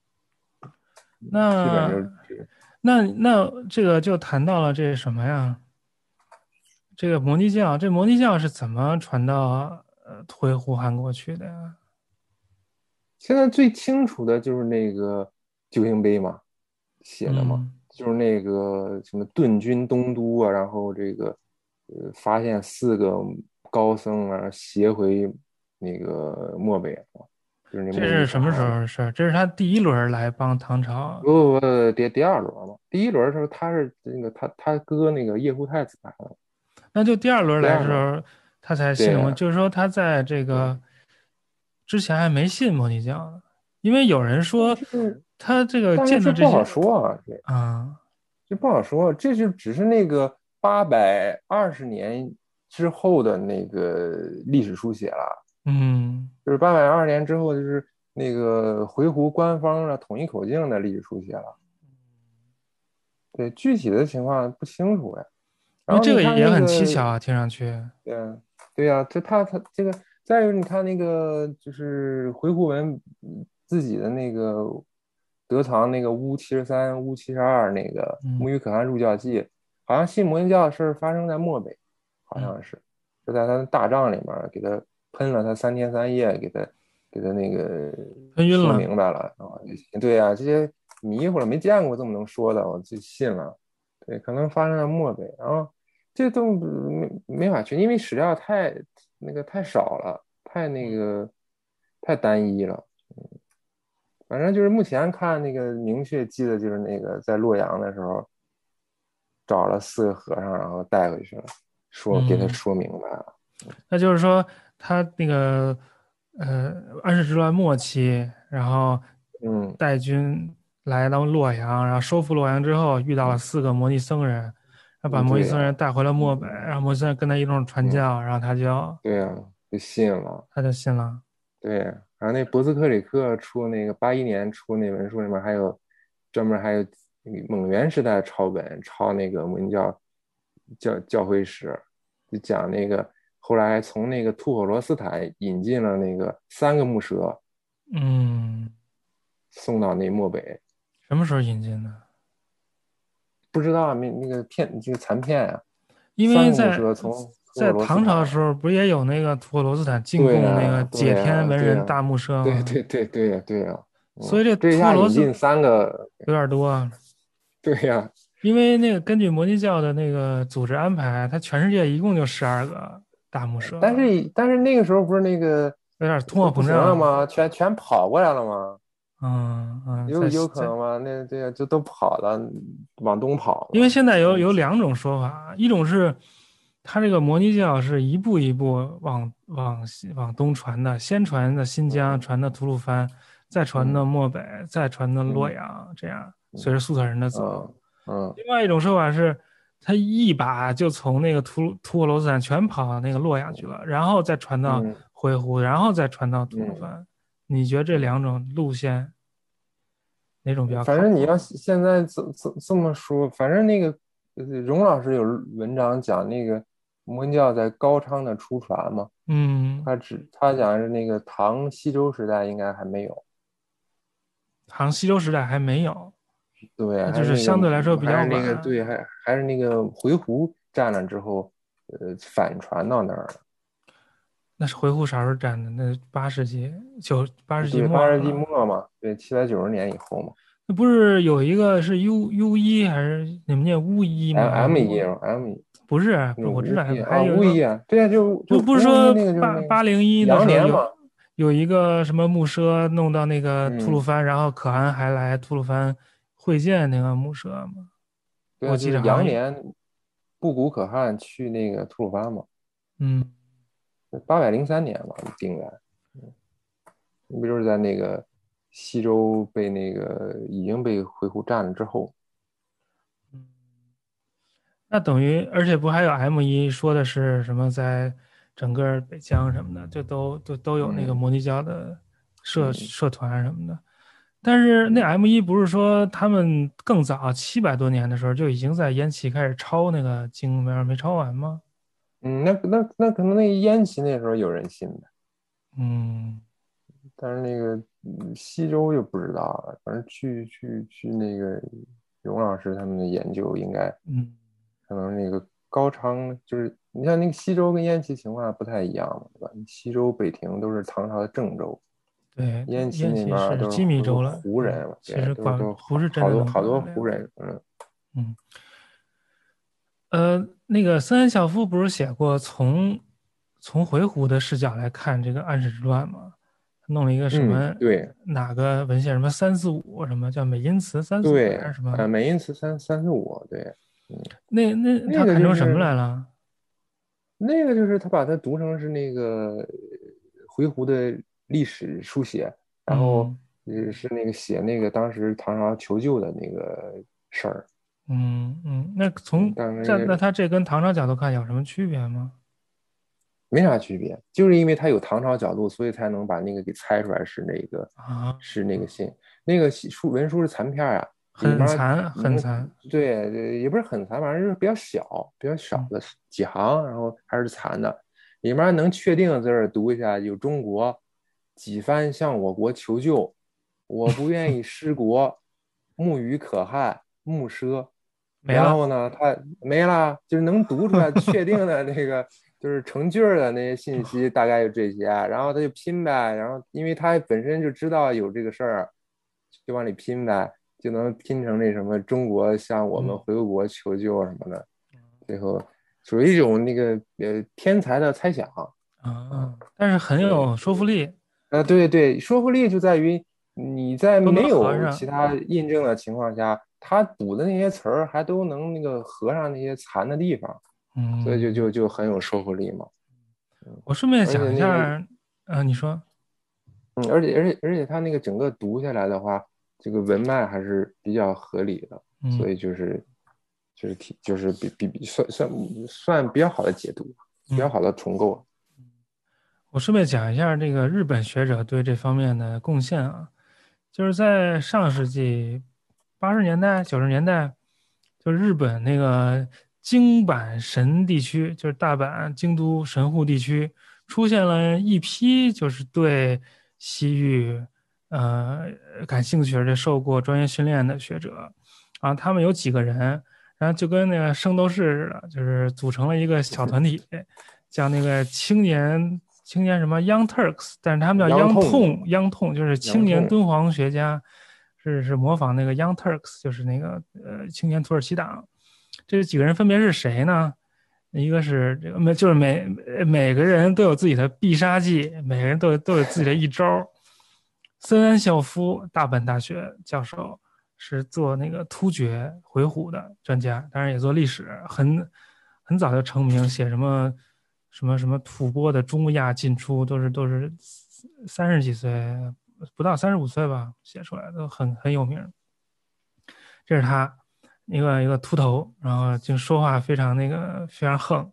基本就那是那那这个就谈到了这什么呀？这个摩尼教，这摩尼教是怎么传到呃回鹘汗国去的呀？ 现在最清楚的就是那个救星碑嘛，写的嘛， 嗯， 就是那个什么顿军东都啊，然后这个呃发现四个高僧啊携回那个漠北嘛，就是那这木鱼是什么时可汗。 候的事儿？这是他第一轮来帮唐朝， 不不不，第第二轮嘛，第一轮的时候他是那个他他哥那个叶护太子来了， 那就第二轮第二轮来的时候，他才信了摩， 对就是说他在这对， 个之前还没信摩尼教呢，因为有人但说是他这个但是见到这些这不好说啊，这啊， 这不好说，这就只是那个八百二十年之后的那个历史书写了， 嗯就是八百二十年之后，就是那个回鹘官方的统一口径的历史书写了。对，具体的情况不清楚呀。 因为这然后你看个也很蹊那个， 跷啊，听上去， 对呀，对呀，这他他这个，再有你看那个，就是回鹘文嗯自己的那个德藏那个乌七十三、乌七十二那个嗯木鱼可汗入教记，好像信摩尼教的事儿发生在漠北，好嗯， 像是，是在他的大帐里面儿给他喷了他三天三夜，给他给他那个说分晕了， 明白了，然后就对呀，这些迷糊了，没见过这么能说的，我就信了。对，可能发生在漠北，然后这都没没法去，因为史料太那个太少了，太那个太单一了。反正就是目前看那个明确记得就是那个在洛阳的时候找了四个和尚，然后带回去了，说给他嗯， 说明白了。 那就是说他那个呃安史之乱末期，然后嗯， 带军来到洛阳，然后收复洛阳之后，遇到了四个摩尼僧人，然后把嗯， 摩尼对呀， 僧人带回了漠北，然后摩尼僧人跟他一路传嗯， 教，然后他就对呀，就信了。 他就信了。 对，然后那博斯克里克出那个八一年出那文书里面还有专门还有那个蒙元时代抄本抄那个我们叫教教会史， 就讲那个后来从那个吐火罗斯坦引进了那个三个木蛇， 嗯， 送到那漠北。 什么时候引进的？ 不知道啊，那那个片这个残片啊， 因三个木为在蛇从吐火在罗斯坦。 唐朝的时候，不是也有那个吐火罗斯坦进贡那个对呀， 解对呀， 天文对呀， 人大木蛇吗？ 对对对对呀，对呀，嗯， 所以这这一吐火罗斯下引进三个。 有点多啊。 对呀， 因为那个根据摩尼教的那个组织安排，它全世界一共就十二个大木蛇， 但是但是那个时候不是那个有点通货都不行了膨胀。 吗？全全跑过来了吗？ 嗯嗯，在有有可在， 能吗？那对呀，就都跑了，往东跑因为了。 现在有嗯有两种说法，一种是它这个摩尼教是一步一步往往西往东传的，先传的新疆， 嗯传到吐鲁番，再传到嗯漠北，再传到洛嗯阳，这样随嗯着粟特人的走。 嗯嗯另外一种说法是，他一把就从那个吐吐火罗斯坦全跑到那个洛阳去了，然后再传到嗯灰湖，然后再传到吐鲁嗯番。你觉得这嗯。 两种路线哪种比较靠谱？ 反正你要现在这这这么说，反正那个呃荣老师有文章讲那个摩门教在高昌的出传嘛， 嗯， 他只他讲是那个唐西周时代应该还没有。 唐西周时代还没有， 对， 那就是还是那个相对来说比较还是那个晚。 对，还还是那个回鹘占了之后，呃，反传到那儿了。 那是回鹘啥时候占的？那八世纪九八世纪对，八世纪末了。 末嘛，对，七百九十年以后嘛那不是有一个是 U U 一还是你们念巫一 ，M 吗？还是 M 一巫？ M 一不是，不是， 那种我知道， 巫医啊， 还有一个巫医啊，对啊，就就不不是说巫医那个就是那个八八零一的时候有羊年嘛。 有一个什么牧师弄到那个吐鲁嗯。 番，然后可汗还来吐鲁番会见那个牧师吗？ 对啊，就我记是得好像有。 羊年布谷可汗去那个吐鲁番嘛， 嗯八百零三年嘛定的。嗯，不就是在那个西周被那个已经被回鹘占了之后。 嗯，那等于而且不还有 M 一说的是什么在整个北疆什么的，就都都都有那个嗯摩尼教的社嗯社团什么的。但是那嗯 M 一不是说他们更早七百多年的时候就已经在燕齐开始抄那个经没没抄完吗？ 嗯，那那那可能那个燕齐那时候有人信的， 嗯但是那个嗯西周就不知道了。反正去去去那个荣老师他们的研究，应该嗯， 可能那个高昌就是你像那个西周跟燕齐情况不太一样嘛，对吧？西周、北庭都是唐朝的正州， 对对， 燕齐燕那边儿齐是都是湖都是鸡米粥了。嗯， 湖人嘛，对， 其实管都是都是不是真的好好多能管得好多湖了。 人。嗯嗯。呃，那个森恩孝夫不是写过从从回鹘的视角来看这个安史之乱吗？他弄了一个什嗯， 么对哪个文献什么三四五什么叫美因茨三四五还对， 是什么？ 呃，美因茨三三十五，对。嗯， 那那他那个看成什么来就是了？ 那个就是他把它读成是那个回鹘的历史书写，然后嗯呃是那个写那个当时唐朝求救的那个事儿。 嗯嗯，那嗯， 从当时那个这那他这跟唐朝角度看有什么区别吗？ 没啥区别，就是因为他有唐朝角度，所以才能把那个给猜出来是那个啊， 是那个信。那个西书文书是残片儿啊，里面很残很能残。 对对也不是很残，反正就是比较小比较少嗯的几行，然后还是残的。里面能确定的字儿读一下，有中国几番向我国求救，我不愿意失国，木鱼可汗，木奢。 没了。 然后呢，他没了，就是能读出来确定的那个，就是成句儿的那些信息，大概就这些。然后他就拼呗，然后因为他本身就知道有这个事儿，就往里拼呗，就能拼成那什么中国向我们嗯回国求救什么的。最后属于一种那个呃天才的猜想啊。 啊，但是很对， 有说服力， 呃，对对，说服力就在于你在都能没合上。 有其他印证的情况下，他补的那些词儿还都能那个合上那些残的地方，所以就嗯。 就就很有说服力嘛。嗯， 我顺便而且讲一那个， 下。啊，你说。 嗯，而且而且而且他那个整个读下来的话，这个文脉还是比较合理的， 嗯所以就是就是挺就是比比比算算算比较好的解读，比较嗯， 好的重构。 我顺便讲一下这个日本学者对这方面的贡献啊，就是在上世纪八十年代、九十年代，就日本那个京阪神地区，就是大阪、京都、神户地区，出现了一批就是对西域呃感兴趣而且受过专业训练的学者，啊，他们有几个人，然后就跟那个圣斗士似的，就是组成了一个小团体，叫那个青年青年什么 Young Turks，但是他们叫央 Young 痛 Tong Young Tong，就是青央痛， 年敦煌学家，是是模仿那个 Young Turks，就是那个呃青年土耳其党。这几个人分别是谁呢？一个是这个每就是每每个人都有自己的必杀技，每个人都有都有自己的一招。森安孝夫，大阪大学教授，是做那个突厥回鹘的专家，当然也做历史，很很早就成名，写什么什么什么吐蕃的中亚进出，都是都是三十几岁不到三十五岁吧写出来，都很很有名。这是他一个一个秃头，然后就说话非常那个非常横，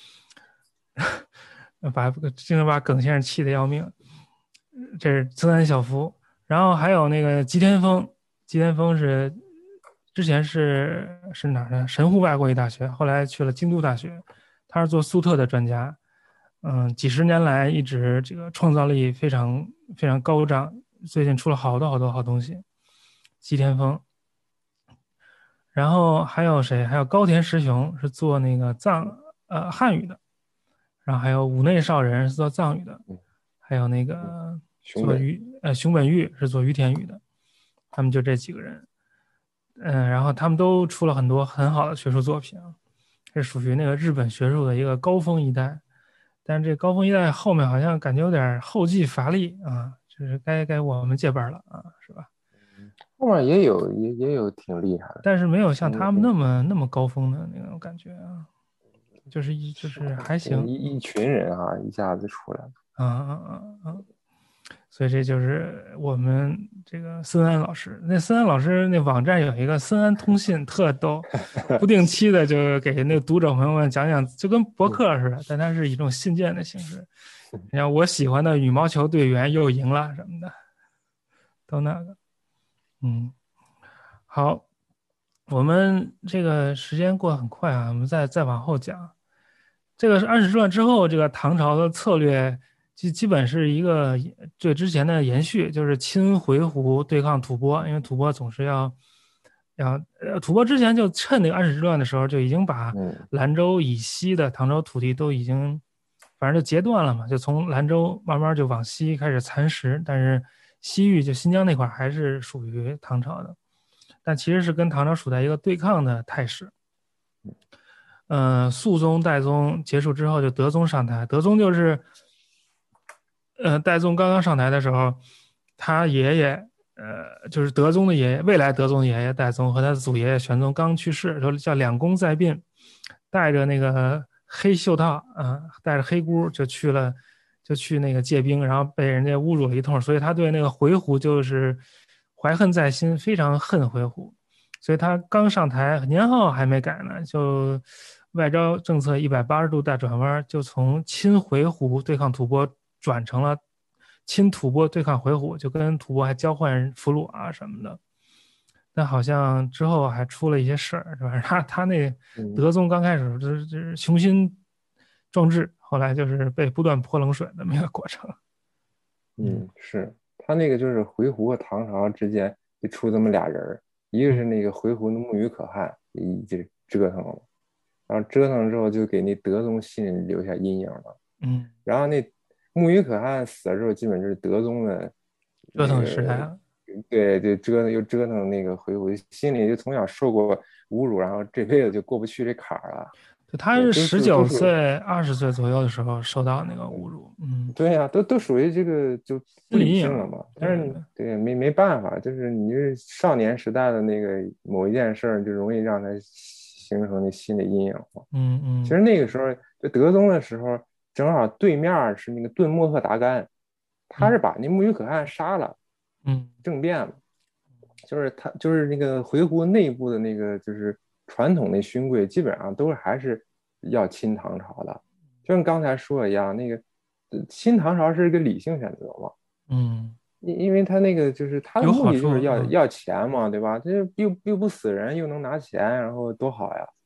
把经常把耿先生气得要命。这是森安孝夫，然后还有那个吉田丰，吉田丰是之前是是哪儿的？神户外国语大学，后来去了京都大学，他是做粟特的专家，嗯，几十年来一直这个创造力非常非常高涨，最近出了好多好多好东西。吉田丰，然后还有谁？还有高田实雄是做那个藏呃汉语的，然后还有五内少人是做藏语的，还有那个做于呃熊本玉是做于田语的，他们就这几个人，嗯，然后他们都出了很多很好的学术作品啊，是属于那个日本学术的一个高峰一代，但是这高峰一代后面好像感觉有点后继乏力啊，就是该该我们接班了啊，是吧？ 后面也有也也有挺厉害的， 但是没有像他们那么那么高峰的那种感觉啊，就是一就是还行， 一一群人啊一下子出来了， 啊啊啊啊！所以这就是我们这个森安老师。那森安老师那网站有一个森安通信，特逗，不定期的就给那个读者朋友们讲讲，就跟博客似的，但它是以一种信件的形式。你看我喜欢的羽毛球队员又赢了什么的，都那个。嗯，好，我们这个时间过得很快啊，我们再再往后讲。这个是安史之乱之后，这个唐朝的策略基基本是一个对之前的延续，就是亲回鹘对抗吐蕃，因为吐蕃总是要要呃，吐蕃之前就趁那个安史之乱的时候就已经把兰州以西的唐朝土地都已经反正就截断了嘛，就从兰州慢慢就往西开始蚕食，但是西域就新疆那块还是属于唐朝的，但其实是跟唐朝处在一个对抗的态势。呃，肃宗、代宗结束之后，就德宗上台。德宗就是，呃，代宗刚刚上台的时候，他爷爷，呃，就是德宗的爷爷，未来德宗的爷爷代宗和他的祖爷爷玄宗刚去世，说叫两宫在殡，带着那个黑袖套，啊、呃，带着黑箍就去了，就去那个借兵，然后被人家侮辱了一通，所以他对那个回鹘就是怀恨在心，非常恨回鹘。所以他刚上台，年号还没改呢，就外交政策一百八十度大转弯，就从亲回鹘对抗吐蕃转成了亲吐蕃对抗回鹘，就跟吐蕃还交换俘虏啊什么的。但好像之后还出了一些事儿，是吧？他他那德宗刚开始就是就是雄心壮志，后来就是被不断泼冷水的那么一个过程。 嗯，是他那个就是回鹘和唐朝之间就出这么俩人儿。一个是那个回鹘的木鱼可汗，一就折腾了，然后折腾之后就给那德宗心里留下阴影了。 嗯， 然后那木鱼可汗死了之后，基本就是德宗的折腾时代了。 对对，折腾又折腾那个回鹘，心里就从小受过侮辱，然后这辈子就过不去这坎儿了。 他是十九岁、二十岁左右的时候受到那个侮辱，嗯， 对呀、啊，都都属于这个就不理性了嘛。但是对没没办法，就是你是少年时代的那个某一件事儿，就容易让他形成那心理阴影嘛。 嗯嗯。 其实那个时候就德宗的时候，正好对面是那个顿莫赫达干，他是把那木鱼可汗杀了， 嗯， 政变了，就是他就是那个回鹘内部的那个就是传统的勋贵，基本上都是还是要亲唐朝的。就像刚才说的一样，那个新唐朝是一个理性选择嘛， 嗯， 因因为他那个就是他的目的就是要、嗯、要钱嘛，对吧？这又又不死人，又能拿钱，然后多好呀！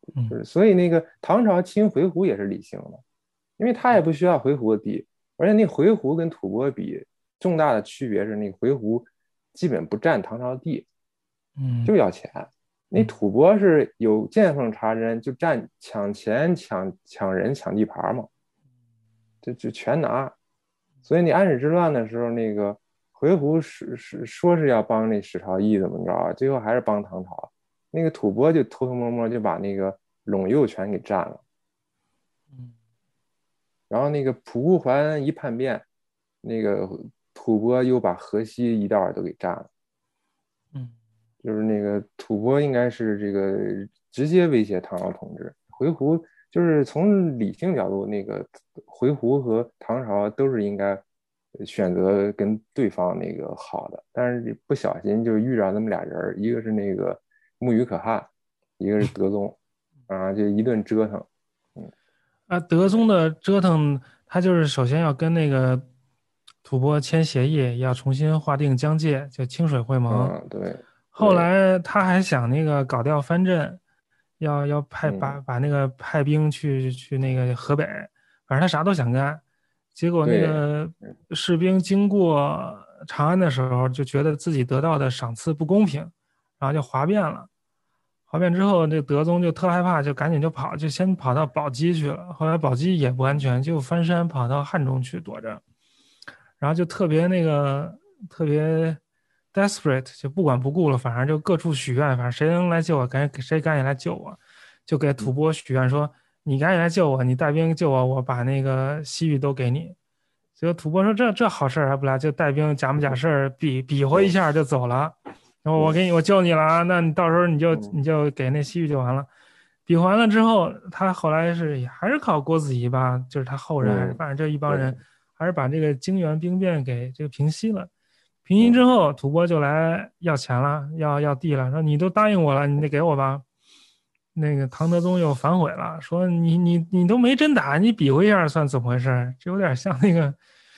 嗯就是所以那个唐朝清回鹘也是理性的，因为他也不需要回鹘的地，而且那回鹘跟吐蕃比，重大的区别是那个回鹘基本不占唐朝的地， 嗯就要钱。那嗯吐蕃是有见缝插针，就占抢钱、抢抢人、抢地盘嘛，就就全拿。所以你安史之乱的时候，那个回鹘是是说是要帮那史朝义怎么着啊，最后还是帮唐朝。那个吐蕃就偷偷摸摸就把那个陇右全给占了。 嗯然后那个吐谷浑一叛变，那个吐蕃又把河西一带都给占了。 嗯就是那个吐蕃应该是这个直接威胁唐朝统治，回鹘就是从理性角度，那个回鹘和唐朝都是应该选择跟对方那个好的，但是不小心就遇着那么俩人，一个是那个木鱼可汗，一个是德宗，啊，就一顿折腾。嗯啊，德宗的折腾，他就是首先要跟那个吐蕃签协议，要重新划定疆界，就清水会盟。 嗯，对后对， 来他还想那个搞掉藩镇，要要派把嗯把那个派兵去去那个河北，反正他啥都想干。结果那对， 个士兵经过长安的时候，就觉得自己得到的赏赐不公平，然后就哗变了。哗变之后，这德宗就特害怕，就赶紧就跑，就先跑到宝鸡去了。后来宝鸡也不安全，就翻山跑到汉中去躲着。然后就特别那个特别 desperate，就不管不顾了，反正就各处许愿，反正谁能来救我，赶紧谁赶紧来救我，就给吐蕃许愿说：你赶紧来救我，你带兵救我，我把那个西域都给你。结果吐蕃说这这好事还不来，就带兵假模假式比比划一下就走了。然后我给你我救你了啊，那你到时候你就你就给那西域就完了。比划完了之后，他后来是还是靠郭子仪吧，就是他后人，还是嗯， 反正这一帮对， 人，还是把这个泾原兵变给这个平息了。平息之嗯后，吐蕃就来要钱了，要要地了，说你都答应我了，你得给我吧。那个唐德宗又反悔了，说你你你都没真打，你比划一下算怎么回事？这有点像那个，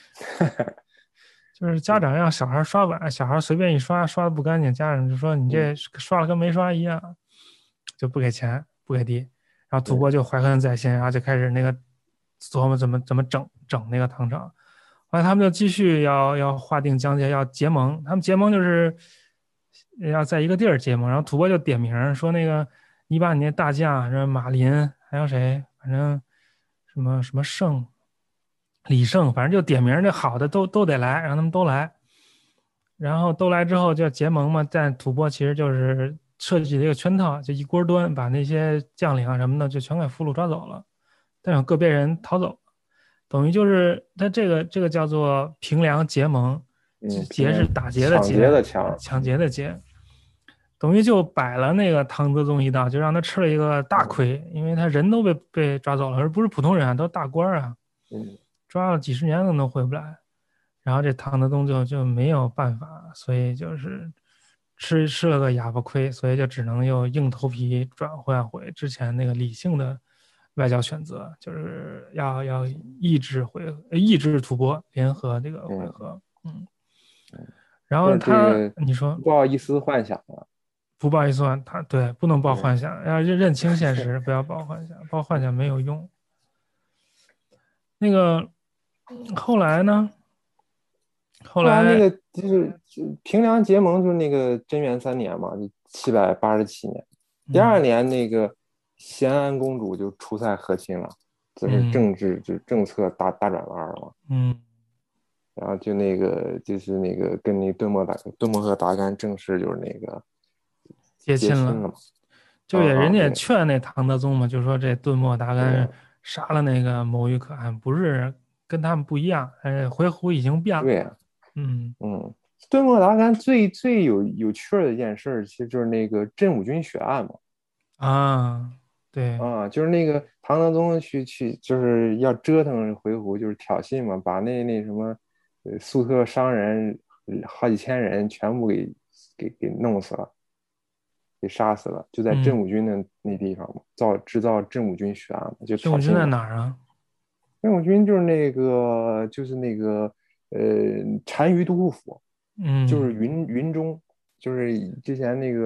就是家长让小孩刷碗，小孩随便一刷，刷的不干净，家长就说你这嗯， 刷了跟没刷一样，就不给钱，不给地。然后吐蕃对， 就怀恨在心，然后就开始那个琢磨怎么怎么整整那个唐朝。后来他们就继续要要划定疆界，要结盟。他们结盟就是要在一个地儿结盟，然后吐蕃就点名说那个你把你那大将，什么马林，还有谁，反正什么什么胜、李胜，反正就点名，这好的都都得来，让他们都来。然后都来之后就结盟嘛，但吐蕃其实就是设计了一个圈套，就一锅端，把那些将领啊什么的就全给俘虏抓走了，但有个别人逃走，等于就是他这个这个叫做平凉结盟， 嗯，平劫是原打劫的抢劫劫， 的抢， 抢劫的劫，等于就摆了那个唐德宗一道，就让他吃了一个大嗯亏，因为他人都被被抓走了，而不是普通人啊，都是大官啊， 嗯抓了几十年了都回不来。然后这唐德宗就就没有办法，所以就是吃吃了个哑巴亏，所以就只能又硬头皮转换回之前那个理性的外交选择，就是要要抑制回抑制吐蕃联合这个会嗯合，嗯， 嗯， 然后就是这他个你说不好意思幻想了。 不抱一算，他对不能抱对， 幻想，要认认清现实，不要抱幻想，抱幻想没有用。那个后来呢？后来后来那个就是就平凉结盟，就是那个贞元三年嘛，就七百八十七年。第二嗯年，那个咸安公主就出塞和亲了，这是嗯政治就政策大大转弯了嘛。 嗯然后就那个就是那个跟那顿莫达顿莫和达干正式就是那个结亲了。 结亲了嘛。啊就也人家也啊对劝那唐德宗嘛，就说这顿莫达干对杀了那个牟玉可汗，不是跟他们不一样，哎，回鹘已经变了。 对啊， 嗯嗯，顿莫达干最最有有趣儿的一件事儿，其实就是那个真武军血案嘛。 啊，对， 啊，就是那个唐德宗去去，就是要折腾回鹘，就是挑衅嘛，把那那什么，呃，粟特商人呃好几千人全部给给给弄死了，给杀死了，就在真嗯， 武军的那地方嘛，造制造真武军血案嘛，就真武军在挑衅嘛。 哪儿啊？ 真武军就是那个就是那个呃单于都护府，就是嗯云云中，就是之前那个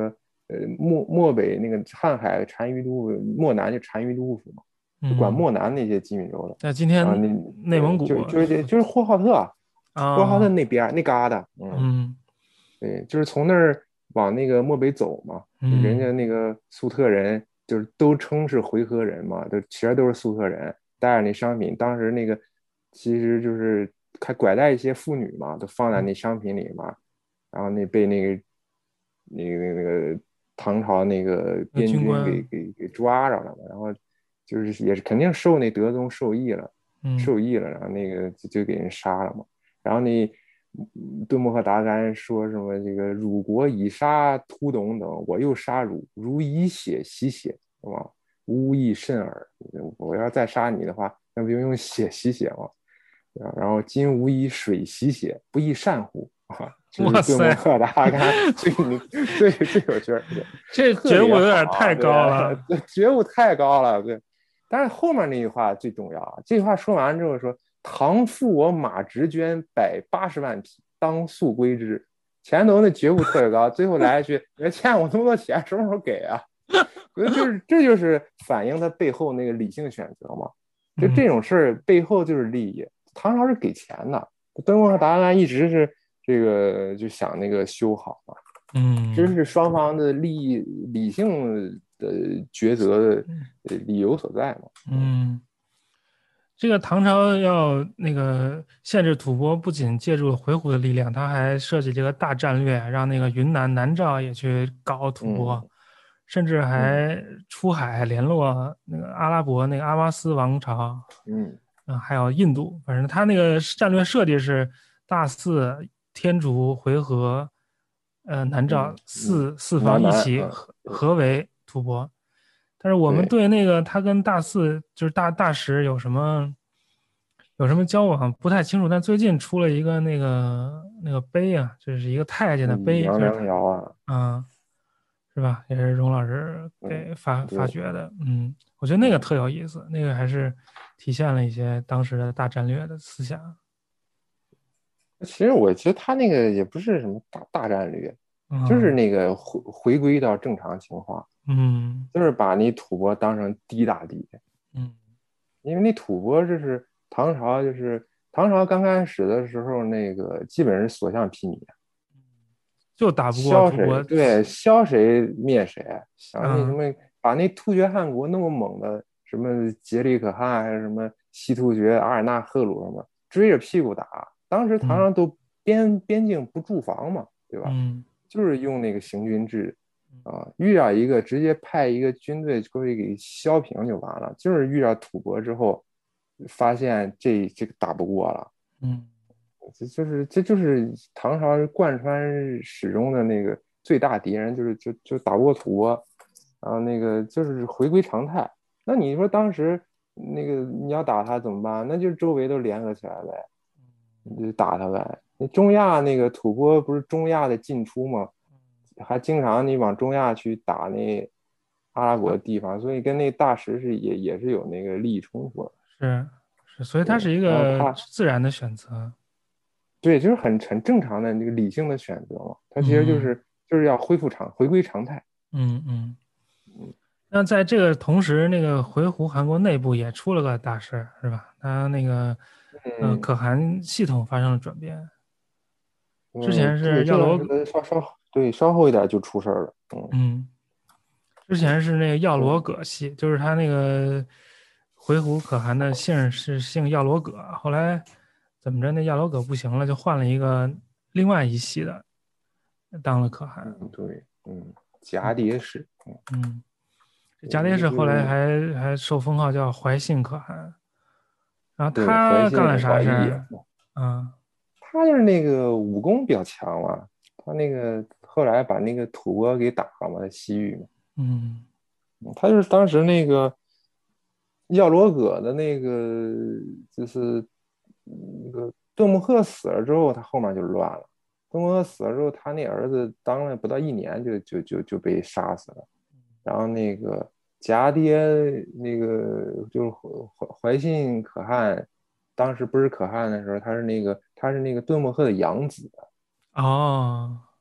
呃漠漠北那个瀚海单于都府，漠南就单于都府嘛，就管嗯， 漠南那些机敏州的。 在今天然后那内蒙对， 古就就是就是呼和浩特啊，呼和浩特啊， 那边那旮瘩，嗯， 嗯对，就是从那儿往那个漠北走嘛，人嗯， 家那个粟特人就是都称是回纥人嘛，都其实都是粟特人，带着那商品，当时那个其实就是还拐带一些妇女嘛，都放在那商品里嘛，然后那被那个那个那个那个唐朝那个那边军给军官， 给给抓着了嘛，然后就是也是肯定受那德宗授意了， 嗯， 授意了，然后那个就就给人杀了嘛。然后那敦睦和达干说什么这个汝国已杀突董等，我又杀汝，汝以血洗血，是吧？无益甚耳。我要再杀你的话，那不就用血洗血吗？然后今无以水洗血，不亦善乎？啊，这是敦睦哇塞， 和达干最最最有趣儿的， 这觉悟特别好， 有点太对， 高了。 觉悟太高了，对。但是后面那句话最重要啊，这句话说完之后说：唐负我马直捐百八十万匹，当速归之。前头那觉悟特别高，最后来一句：你欠我那么多钱，什么时候给啊？我觉得就是这就是反映他背后那个理性选择嘛。就嗯这种事儿背后就是利益。唐朝是给钱的，敦煌和达赖一直是这个就想那个修好嘛，这嗯是双方的利益理性的抉择的理由所在嘛。嗯嗯，这个唐朝要那个限制吐蕃，不仅借助回鹘的力量，他还设计这个大战略，让那个云南南诏也去搞吐蕃， 嗯甚至嗯还出海联络那个阿拉伯那个阿巴斯王朝， 嗯， 嗯，还有印度。反正他那个战略设计是大肆天竺、回纥、呃南诏嗯嗯， 四四方南南一起嗯合对合围吐蕃。但是我们对， 对那个他跟大四就是大大使有什么有什么交往不太清楚，但最近出了一个那个那个碑啊，就是一个太监的碑， 杨就是他， 良瑶啊， 嗯，是吧？也是荣老师嗯给发发对掘的，嗯，我觉得那个特嗯。 有意思，那个还是体现了一些当时的大战略的思想， 其实我觉得他那个也不是什么大大战略，就是嗯那个回回归到正常情况， 嗯就是把那吐蕃当成敌打敌。 嗯， 因为那吐蕃这是唐朝，就是唐朝刚开始的时候，那个基本是所向披靡， 就打不过削谁吐蕃， 对削谁灭谁。然后那什嗯么把那突厥汗国那么猛的什么杰里可汗还是什么西突厥阿尔纳赫鲁什么追着屁股打，当时唐嗯朝都边边境不驻防嘛，对吧？ 嗯就是用那个行军制啊，遇到一个直接派一个军队过去给削平就完了。就是遇到吐蕃之后，发现这这个打不过了， 嗯这就是这就是唐朝贯穿始终的那个最大敌人，就是就就打不过吐蕃，然后那个就是回归常态。那你说当时那个你要打他怎么办？那就是周围都联合起来呗，你就打他呗。那中亚那个吐蕃不是中亚的进出吗？还经常你往中亚去打那阿拉伯的地方，所以跟那大使是也也是有那个利益冲突的。 是是，所以它对， 是一个然后他自然的选择， 对，就是很很正常的那个理性的选择嘛。他其实就嗯是就是要恢复常回归常态。 嗯嗯。那在这个同时，那个回鹘韩国内部也出了个大事儿，是吧？他那个呃嗯， 可汗系统发生了转变，之嗯， 前对，这个是耀罗， 是稍稍对稍后一点就出事儿了。嗯嗯，之前是那个耀罗嗯葛系，就是他那个回鹘可汗的姓是姓耀罗葛，后来怎么着那耀罗葛不行了，就换了一个另外一系的当了可汗， 嗯，对，嗯，蛱嗯蝶氏，嗯， 嗯，这对， 迦爹一个就是后来还还受封号叫怀信可汗，然后对怀他干了信啥事儿？ 宝义啊， 嗯他就是那个武功比较强嘛，他那个后来把那个吐蕃给打了嘛，在西域嘛， 嗯他就是当时那个耀罗葛的那个，就是那个顿木赫死了之后，他后面就乱了。顿木赫死了之后，他那儿子当了不到一年就就就就被杀死了。然后那个蛱蝶那个就是怀怀信可汗，当时不是可汗的时候，他是那个他是那个顿木赫的养子。 哦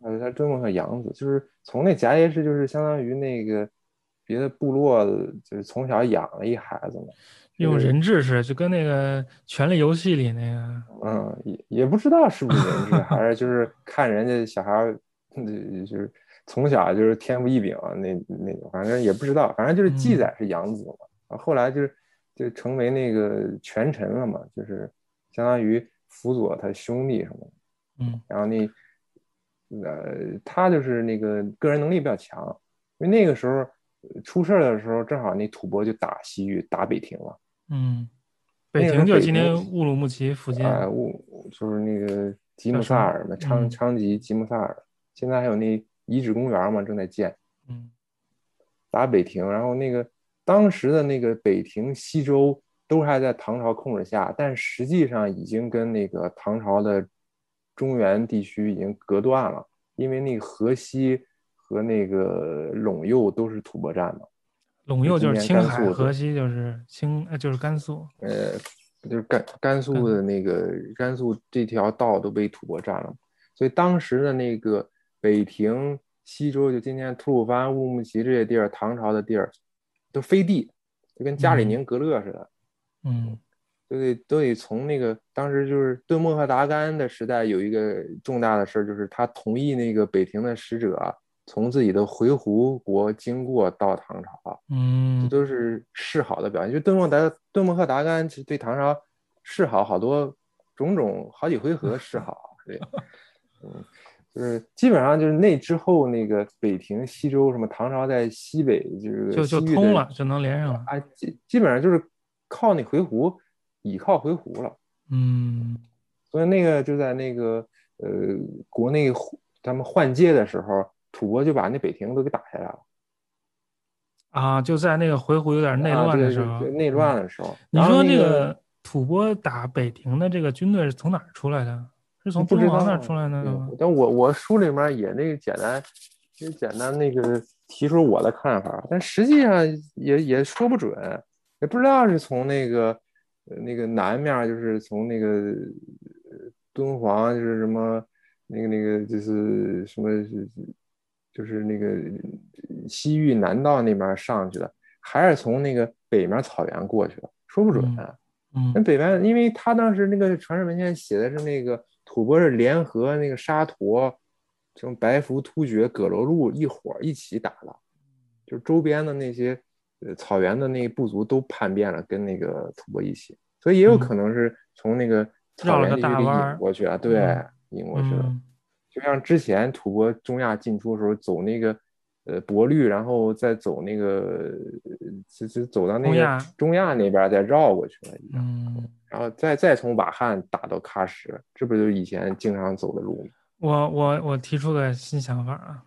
呃，他敦睦和养子，就是从那迦叶氏，就是相当于那个别的部落，就是从小养了一孩子嘛，这用个人质似的，就跟那个《权力游戏》里那个。 嗯，也也不知道是不是人质，还是就是看人家小孩儿，嗯就是从小就是天赋异禀啊那那种，反正也不知道，反正就是记嗯载是养子嘛，啊，后来就是就成为那个权臣了嘛，就是相当于辅佐他兄弟什么的， 嗯然后那呃他就是那个个人能力比较强，因为那个时候呃出事儿的时候，正好那吐蕃就打西域，打北庭了， 嗯，北那个时庭就是今候北庭天乌鲁木齐附近。 啊，乌就是那个吉姆叫什么？ 萨尔嘛，昌嗯昌吉吉姆萨尔，现在还有那遗址公园嘛，正在建， 嗯打北庭，然后那个当时的那个北庭、西周都还在唐朝控制下，但实际上已经跟那个唐朝的中原地区已经隔断了，因为那个河西和那个陇右都是吐蕃占的， 陇右就是就今天青海， 甘肃的， 河西就是青，呃，就是甘肃。 呃，就是甘甘肃的甘， 那个甘肃这条道都被吐蕃占了，所以当时的那个北庭、西周，就今天吐鲁番、乌鲁木齐这些地儿，唐朝的地儿都飞地，就跟加里嗯宁格勒似的， 嗯都得都得从那个当时就是敦睦和达干的时代有一个重大的事儿，就是他同意那个北庭的使者啊从自己的回鹘国经过到唐朝，这嗯都是示好的表现。就敦睦达敦睦和达干其实对唐朝示好好多种种好几回合示好，对，嗯，就是基本上就是那之后那个北庭、西周什么唐朝在西北这个就就西域的通了，就能连上了。 啊，基基本上就是靠那回鹘，倚靠回鹘了。 嗯所以那个就在那个呃国内他们换届的时候，吐蕃就把那北庭都给打下来了啊，就在那个回鹘有点内啊， 乱的对时候。 对对，内嗯， 乱的时候，然后你说那个这个吐蕃打北庭的这个军队是从哪儿出来的？是从不敦知道， 煌那儿出来的对， 吗？ 但我我书里面也那个简单，就简单那个提出我的看法，但实际上也也说不准，也不知道是从那个呃那个南面，就是从那个呃敦煌，就是什么那个那个就是什么，就是那个西域南道那边上去的，还是从那个北面草原过去的，说不准。 嗯嗯那北边，因为他当时那个传世文献写的是那个吐蕃是联合那个沙陀、什么白符、突厥、葛罗路一伙一起打的，就是周边的那些呃草原的那个部族都叛变了，跟那个吐蕃一起，所以也有嗯， 可能是从那个草绕了个原地区给大弯儿。 引过去啊，对， 嗯引过去的。 嗯， 就像之前吐蕃中亚进出的时候走那个呃博律，然后再走那个就就走到那个东亚。 中亚那边再绕过去了一样， 嗯， 然后再再从瓦罕打到喀什，这不就是以前经常走的路吗？ 我我我提出个新想法啊。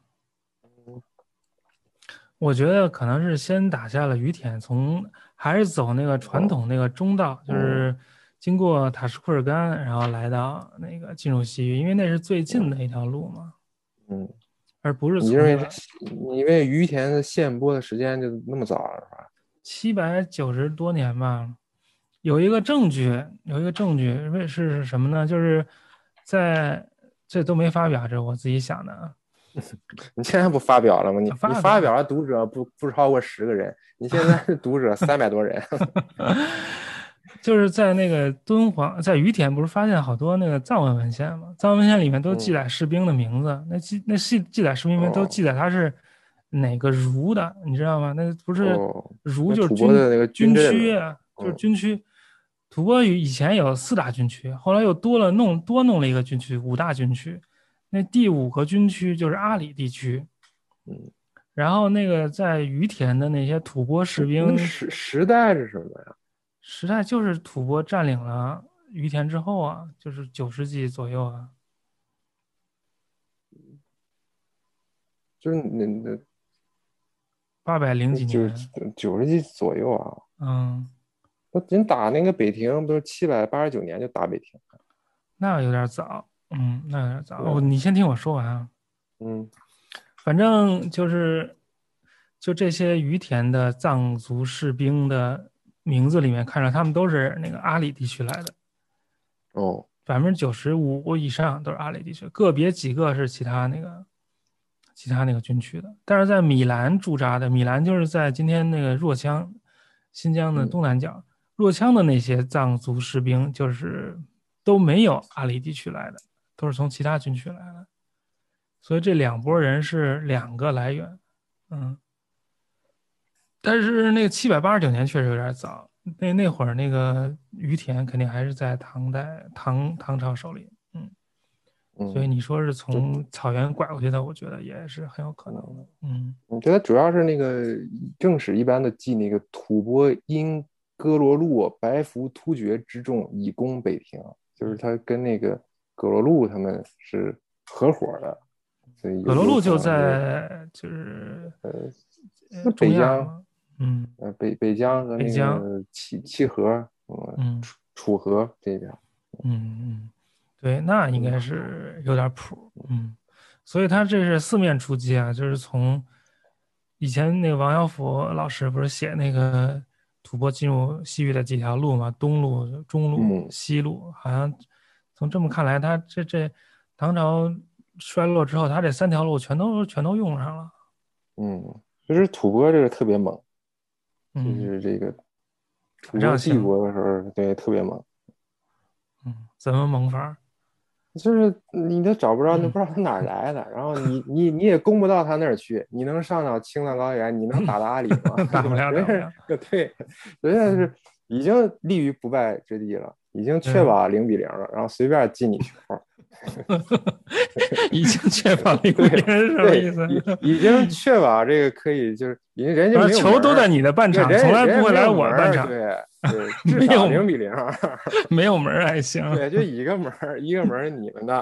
我觉得可能是先打下了于田，从还是走那个传哦， 统那个中道，就嗯是经过塔什库尔干，然后来到那个进入西域，因为那是最近嗯的一条路嘛， 嗯， 而不是你认为是从那个你认为于田的限播的时间就那么早了是吧？ 七百九十多年吧。有一个证据，有一个证据，为是什么呢？就是在这都没发表，这是我自己想的啊。 你现在不发表了吗？你你发表了。 发表了，读者不不超过十个人，你现在是读者三百多人。 就是在那个敦煌，在于田不是发现好多那个藏文文献吗？藏文文献里面都记嗯， 载士兵的名字，那记那记记载士兵里面都哦记载他是哪个儒的，你知道吗？那不是哦， 儒那就是军吐蕃的那个军军阵呢？ 区啊，就是嗯军区。吐蕃以前有四大军区，后来又多了弄多弄了一个军区，五大军区。那第五个军区就是阿里地区。 嗯， 然后那个在于田的那些吐蕃士兵， 那时时代是什么呀？ 时代就是吐蕃占领了于田之后啊，就是九世纪左右啊。 就是那那八百零那九几年。 九十几左右啊。 嗯， 那人打那个北庭，不是七百八十九年就打北庭？ 那有点早。嗯，那有点早。哦， 对啊， 你先听我说完啊。 嗯反正就是就这些于田的藏族士兵的名字里面，看着他们都是那个阿里地区来的。 哦百分之九十五以上都是阿里地区，个别几个是其他那个其他那个军区的。但是在米兰驻扎的，米兰就是在今天那个若羌，新疆的东南角，若羌的那些藏族士兵就是都没有阿里地区来的，都是从其他军区来的。所以这两拨人是两个来源，嗯。但是那个七百八十九年确实有点早，那那会儿那个于田肯定还是在唐代唐唐朝手里，嗯，所以嗯， 你说是就从草原拐过去的，我觉得也是很有可能的，嗯。 我觉得主要是那个正史一般的记那个吐蕃因哥罗路白服突厥之众以攻北庭，就是他跟那个葛罗路他们是合伙的，所以有有葛罗路就可能是在就是呃呃中那北疆亚嘛，嗯， 呃北北疆和那北疆， 个契契合嗯嗯楚楚河这边。 嗯嗯，对，那应该嗯是有点谱，嗯，所以他这是四面出击啊，就是从以前那个王小福老师不是写那个吐蕃进入西域的几条路嘛，东路、中路、 嗯西路，好像从这么看来，他这这唐朝衰落之后，他这三条路全都全都用上了， 嗯，就是吐蕃这个特别猛，就嗯， 是这个打吐蕃帝仗行， 国的时候，对，特别猛。 嗯，怎么蒙法儿？ 就是你都找不着，都嗯， 不知道他哪儿来的，然后你你你也攻不到他那儿去，你能上到青藏高原，你能打到阿里吗？ 打不对吧？人家了打不了， 对，人家嗯， 是已经立于不败之地了，已经确对。 保零比零了，然后随便进你球。 已经确保零比对零是什么意对， 思？ 已已经确保这个可以，就是已经人家啊， 没有门球都在儿， 你的半对， 场，从人家来不会来人家没有门儿， 我半场， 对对，至没有少零比零。 没有门儿还行， 对，就一个门儿，一个门儿你们的，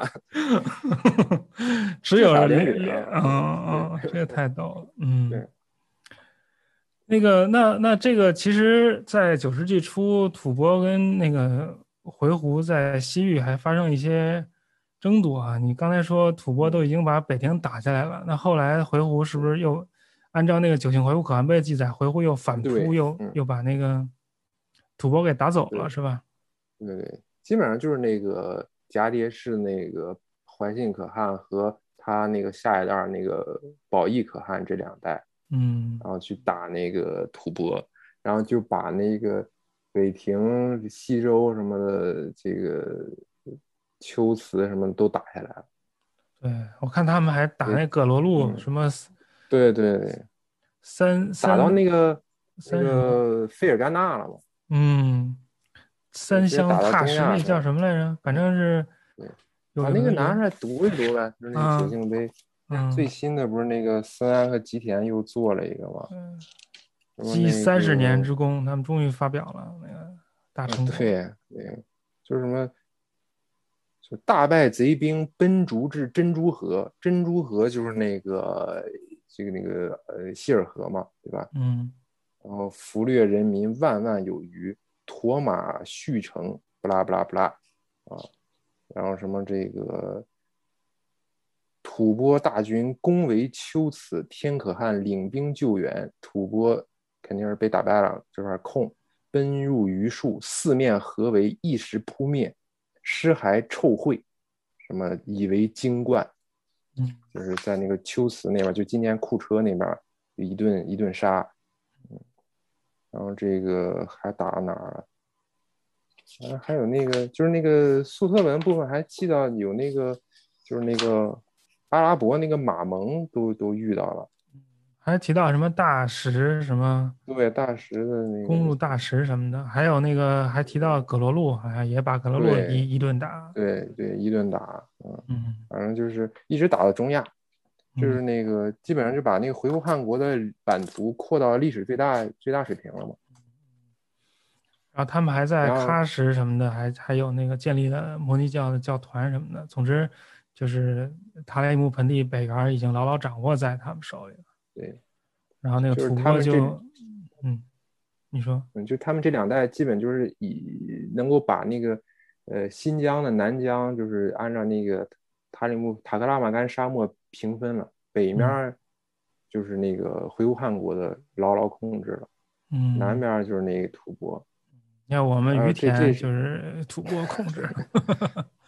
只至少有零零比零。 嗯对嗯，这个太逗了，嗯， 对， 那个那那这个其实，在九世纪初，吐蕃跟那个回鹘在西域还发生一些争夺啊。你刚才说吐蕃都嗯， 已经把北庭打下来了，那后来回鹘是不是又按照那个《九姓回鹘可汗碑》记载，回鹘又反扑， 对， 又嗯， 又把那个吐蕃给打走了， 对是吧？ 对对，基本上就是那个蛱蝶氏那个怀信可汗和他那个下一代儿那个保义可汗这两代， 嗯， 然后去打那个吐蕃，然后就把那个北庭、西周什么的，这个龟兹什么都打下来了。 对，我看他们还打对， 那葛罗路， 嗯， 什么对对对， 三打到三那个那三什么， 个费尔干纳了嘛？ 嗯， 对， 三香直接打到中踏石，那叫亚去了。 什么来着？反嗯， 正是对，把那个有有有拿出来读一读呗，就是那个九啊， 姓碑。最嗯新的不是那个森安和吉田又做了一个吗？ 嗯， 什么积那三十年个之功，他们终于发表了那个大啊， 成果。 对对，就是什么，就大败贼兵奔逐至珍珠河，珍珠河就是那个这个那个呃希尔河嘛，对吧？ 嗯然后俘掠人民万万有余，驼马续成，不拉不拉不拉啊，然后什么这个吐蕃大军攻围龟兹，天可汗领兵救援，吐蕃肯定是被打败了，这块空，奔入榆树，四面合围，一时扑灭，尸骸臭秽，什么以为精冠， 嗯， 就是在那个龟兹那边，就今天库车那边一顿一顿杀，然后这个还打到哪儿了？啊，还有那个就是那个粟特文部分还记到有那个就是那个阿拉伯那个马蒙都都遇到了， 还提到什么大石什么对大石的那个， 公路大石什么的，还有那个还提到葛罗路，好像也把葛罗路对一一顿打。 对对一顿打，嗯， 嗯反正就是一直打到中亚，就嗯， 是那个基本上就把那个回鹘汗国的版图扩到历史最大最大水平了嘛， 然后他们还在然后喀什什么的，还还有那个建立了摩尼教的教团什么的。总之，就是塔里木盆地北缘已经牢牢掌握在他们手里了。 对， 然后那个就是吐他们这蕃就，嗯，你说， 嗯，就他们这两代基本就是以能够把那个呃新疆的南疆，就是按照那个塔里木塔克拉玛干沙漠平分了，北面嗯儿就是那个回鹘汗国的牢牢控制了，南嗯， 边儿就是那个吐蕃， 你看我们然后于这这是田就是吐蕃控制。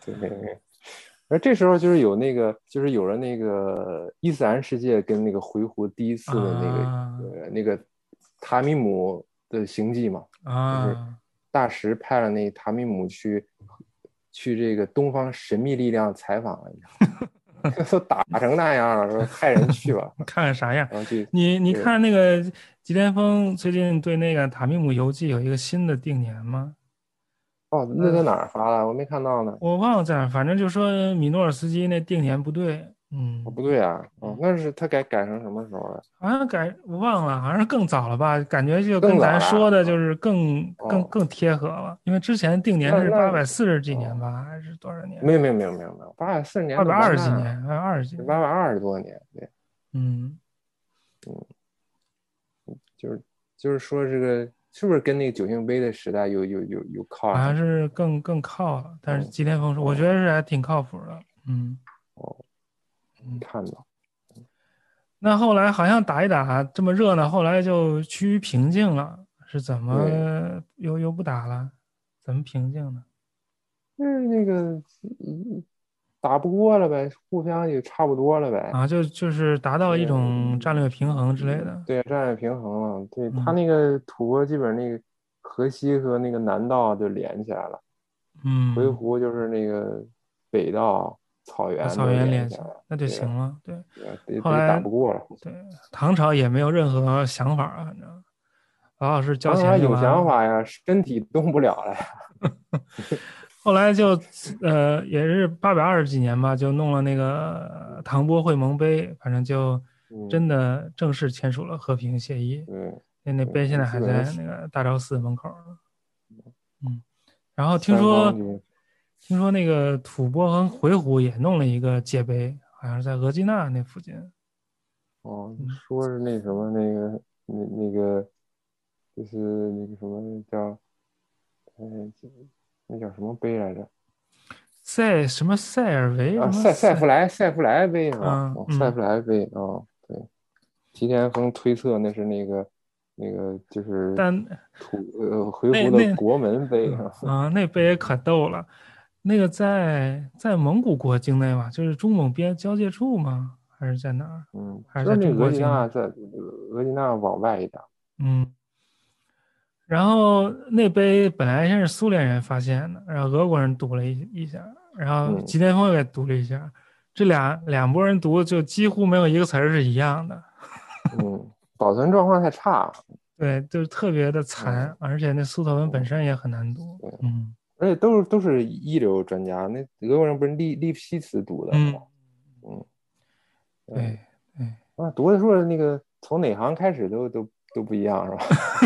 对。而这时候就是有那个，就是有了那个伊斯兰世界跟那个回鹘第一次的那个啊呃那个塔米姆的行迹嘛，就是啊， 大使派了那塔米姆去去这个东方神秘力量采访了一下，都打成那样了，说派人去吧， 看看啥样？ 然后去你你对。 看那个吉田峰最近对那个《塔米姆游记》有一个新的定年吗？ 哦，那在哪儿发的？我没看到呢。 我忘了在哪儿，反正就说米诺尔斯基那定年不对， 哦， 嗯不对啊，哦， 嗯， 那是他改改成什么时候了？ 好像改我忘了，好像是更早了吧？感觉就跟更早咱说了。 的就是更更哦， 更贴合了，因为之前定年是八那那百四十几年哦， 吧，还是多少年？ 没有没有没有没有没有，八百四十年都二百二完蛋了， 十几年，还有二十几年？ 八百二十多年，对。 嗯， 就是就是说这个是不是跟那个九庆杯的时代有有有有靠好像上？ 是更更靠了，但是嗯。 吉田峰说，我觉哦得是还挺靠谱的，嗯哦， 嗯。 看到。 那后来好像打一打这么热闹，后来就趋于平静了，是怎对， 么又又不打了？怎么平静呢？ 就是那个嗯打不过了呗，互相也差不多了呗。 啊，就就是达到一种战嗯， 略平衡之类的。 对，战略平衡了。对，他嗯那个吐蕃基本那个河西和那个南道就连起来了，回嗯， 鹘就是那个北道草和草原都原连起来， 连起来了。 那就对， 行了。对， 对，得得打后来不过了。 对唐朝也没有任何想法啊，反正老老实实交当然有钱就完了。 想法呀，身体动不了了呀。 后来就呃也是八百二十几年吧，就弄了那个唐波会盟碑，反正就嗯， 真的正式签署了和平协议。 对那那碑现对， 在还基本上是在那个大昭寺门口呢。嗯，然后听三方说就听说那个吐蕃和回鹘也弄了一个界碑，好像是在额济纳那附近。 哦， 嗯， 说是那什么那个那那个就是那个什么叫呃那叫什么碑来着？ 塞什么塞尔维什啊， 么塞塞弗塞？ 莱塞弗莱碑是吧？哦，塞嗯嗯， 弗莱碑哦，对，齐田峰推测那是那个那个就是但土呃回鹘的那那国门碑嗯啊。 啊，那碑也可逗了。那个在在蒙古国境内嘛，就是中蒙边交界处吗？还是在哪儿？ 嗯， 还是在中就是那个额国境内？ 济纳在额济纳往外一点。 嗯，然后那碑本来先是苏联人发现的，然后俄国人读了一一下，然后嗯吉田峰也读了一下，这俩两拨人读就几乎没有一个词儿是一样的。 嗯，保存状况太差了。 对，就是特别的残， 嗯而且那苏特文本嗯， 身也很难读。 对， 嗯而且都是都是一流专家，那俄国人不是利利夫西茨读的是嗯， 吧？嗯对嗯， 对。 啊，读的时候那个从哪行开始都都都不一样是吧？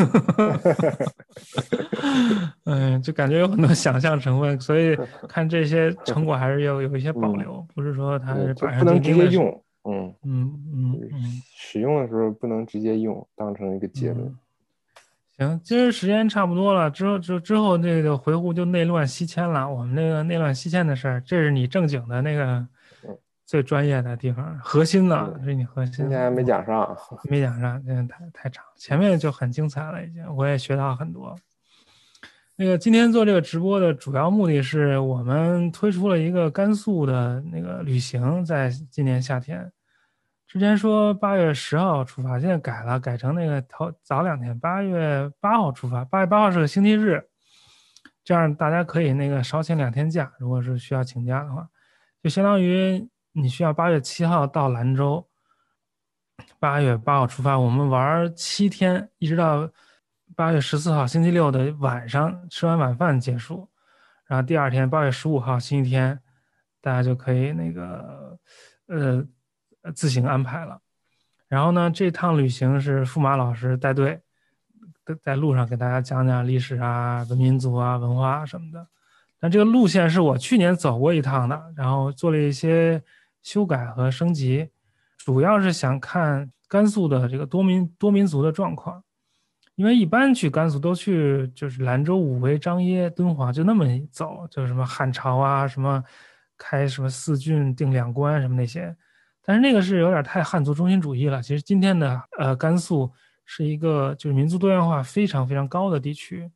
嗯，就感觉有很多想象成分，所以看这些成果还是要有一些保嗯， 留，不是说它对， 是板上就不能直钉钉的事。 接用。嗯， 嗯就是嗯嗯使用的时候不能直接用当成一个结论。 嗯，行，今儿时间差不多了，之后之之后这个回鹘就内乱西迁了。我们那个内乱西迁的事儿，这是你正经的那个嗯， 最专业的地方，核心的， 对， 这是你核心的， 今天还没我讲上。 没讲上，真的太太长，前面就很精彩了，已经，我也学到很多。那个今天做这个直播的主要目的是我们推出了一个甘肃的那个旅行，在今年夏天。之前说八月十号出发，现在改了，改成那个头早两天，八月八号出发。八月八号是个星期日，这样大家可以那个少请两天假，如果是需要请假的话，就相当于你需要八月七号到兰州，八月八号出发，我们玩七天，一直到八月十四号星期六的晚上吃完晚饭结束，然后第二天八月十五号星期天，大家就可以那个呃自行安排了。然后呢，这趟旅行是驸马老师带队，在路上给大家讲讲历史啊、民族啊、文化啊什么的。但这个路线是我去年走过一趟的，然后做了一些修改和升级，主要是想看甘肃的这个多民多民族的状况。因为一般去甘肃都去就是兰州、武威、张掖、敦煌就那么走，就什么汉朝啊，什么开什么四郡、定两关什么那些，但是那个是有点太汉族中心主义了。其实今天的呃甘肃是一个就是民族多样化非常非常高的地区，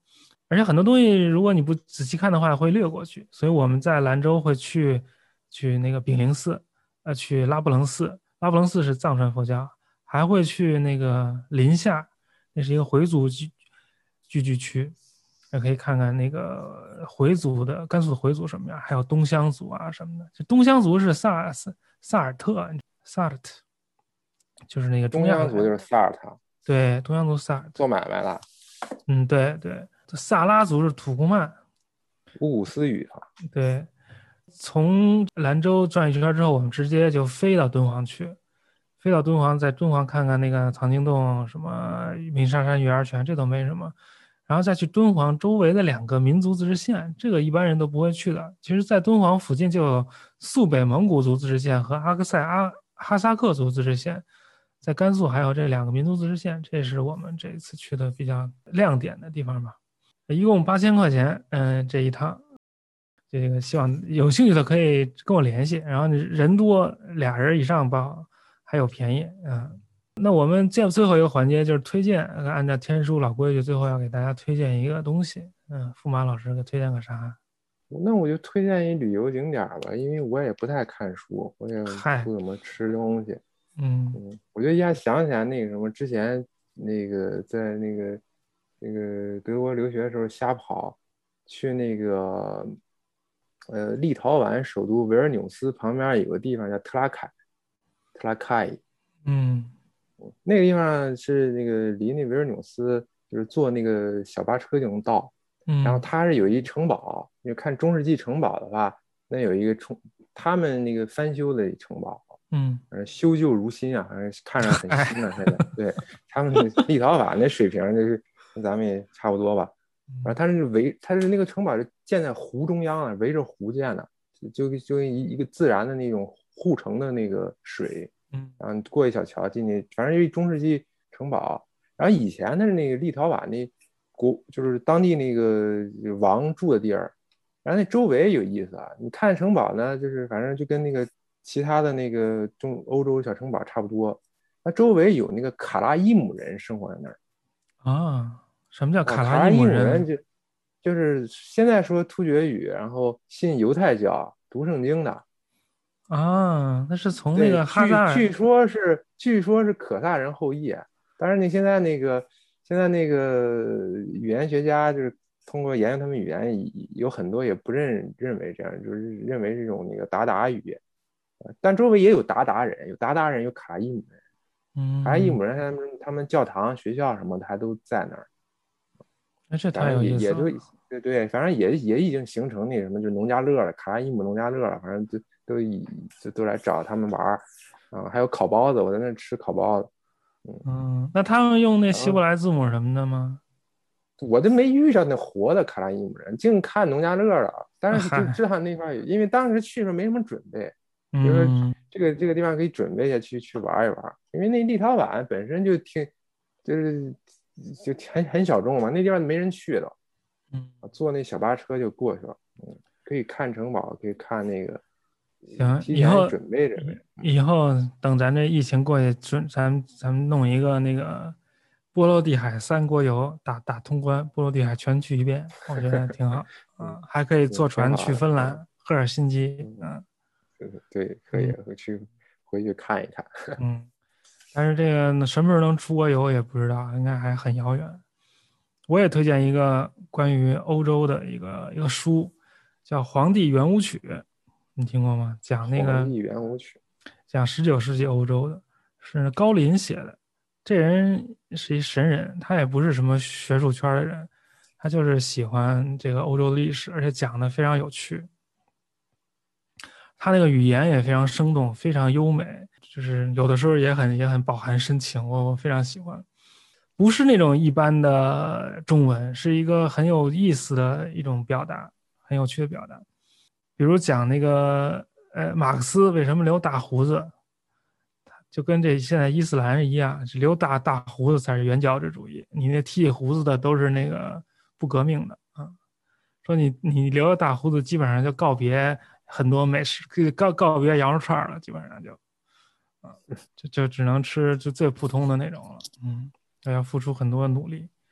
而且很多东西如果你不仔细看的话会略过去，所以我们在兰州会去去那个炳灵寺，呃，去拉卜楞寺，拉卜楞寺是藏传佛教，还会去那个临夏，那是一个回族聚聚居区，也可以看看那个回族的甘肃的回族什么样，还有东乡族啊什么的。就东乡族是萨萨萨尔特，萨尔特就是那个中东亚来的， 乡族就是萨尔塔， 对，东乡族萨尔特， 做买卖的， 嗯，对对，萨拉族是土库曼， 五谷丝语啊。 对。从兰州转一圈之后，我们直接就飞到敦煌去，飞到敦煌，在敦煌看看那个藏经洞、什么鸣沙山、月儿泉，这都没什么。然后再去敦煌周围的两个民族自治县，这个一般人都不会去的。其实，在敦煌附近就有肃北蒙古族自治县和阿克塞阿哈萨克族自治县，在甘肃还有这两个民族自治县，这是我们这一次去的比较亮点的地方吧。一共八千块钱，嗯、呃，这一趟。这个希望有兴趣的可以跟我联系，然后人多俩人以上报还有便宜，嗯。那我们这最后一个环节就是推荐，按照天书老规矩，最后要给大家推荐一个东西，嗯，驸马老师给推荐个啥？ 那我就推荐一旅游景点吧，因为我也不太看书，我也嗨， 不怎么吃东西。 嗯嗯，我就一下想起来那个什么，之前那个在那个那个德国留学的时候瞎跑，去那个呃立陶宛首都维尔纽斯旁边有个地方叫特拉凯，特拉凯嗯那个地方是那个离那维尔纽斯就是坐那个小巴车就能到，然后嗯它是有一城堡，你看中世纪城堡的话，那有一个城，他们那个翻修的城堡。 嗯， 反正修旧如新啊，反正看着很新了。 哎， 现在对他们立陶宛那水平，就是跟咱们也差不多吧。然后它是围，它是那个城堡是建在湖中央啊，围着湖建的，就就就一一个自然的那种护城的那个水， 嗯然后过一小桥进去，反正因为中世纪城堡。然后以前的那个立陶宛那国就是当地那个王住的地儿，然后那周围有意思啊。你看城堡呢，就是反正就跟那个其他的那个中欧洲小城堡差不多。那周围有那个卡拉伊姆人生活在那儿啊，什么叫啊， 卡拉伊卡拉伊姆人姆人就就是现在说突厥语，然后信犹太教，读圣经的。 啊？那是从那对， 个哈萨尔据据说是据说是可萨人后裔啊。当然，你现在那个现在那个语言学家就是通过研究他们语言，有很多也不认认为这样，就是认为这种那个鞑靼语。但周围也有鞑靼人，有鞑靼人，有卡拉伊姆人。卡拉伊嗯， 姆人他们他们教堂、学校什么的还都在那儿。 那这太反正有意思了。 也也就对对，反正也也已经形成那什么，就农家乐了，卡拉伊姆农家乐了，反正都都以就都来找他们玩儿啊。还有烤包子，我在那吃烤包子。嗯， 嗯，那他们用那然后希伯来字母什么的吗？ 我都没遇上那活的卡拉伊姆人，净看农家乐了。但是就啊嗨， 知道那块有，因为当时去的时候没什么准备，就是嗯这个这个地方可以准备下去去玩一玩。因为那立陶宛本身就挺就是就很很小众嘛，那地方没人去的。 嗯。 坐那小巴车就过去了。嗯，可以看城堡，可以看那个， 行， 提前以后准备准备。 以以后等咱这疫情过去，准咱咱们弄一个那个波罗的海三国游，打打通关，波罗的海全去一遍，我觉得挺好嗯啊。还可以嗯， 坐船去挺好的。嗯芬兰，赫尔辛基， 嗯， 嗯对对，可以嗯回去回去看一看。 嗯。但是这个什么时候能出国游也不知道，应该还很遥远。我也推荐一个关于欧洲的一个一个书，叫《黄帝圆舞曲》，你听过吗？讲那个 《黄帝圆舞曲》 讲十九世纪欧洲的，是高林写的。这人是一神人，他也不是什么学术圈的人，他就是喜欢这个欧洲的历史，而且讲的非常有趣。他那个语言也非常生动，非常优美，就是有的时候也很也很饱含深情，我我非常喜欢。不是那种一般的中文，是一个很有意思的一种表达，很有趣的表达。比如讲那个呃，马克思为什么留大胡子，就跟这现在伊斯兰一样，留大大胡子才是原教旨主义，你那剃胡子的都是那个不革命的啊。说你你留了大胡子，基本上就告别很多美食，告告别羊肉串了，基本上就啊，就就只能吃就最普通的那种了，嗯，要付出很多努力。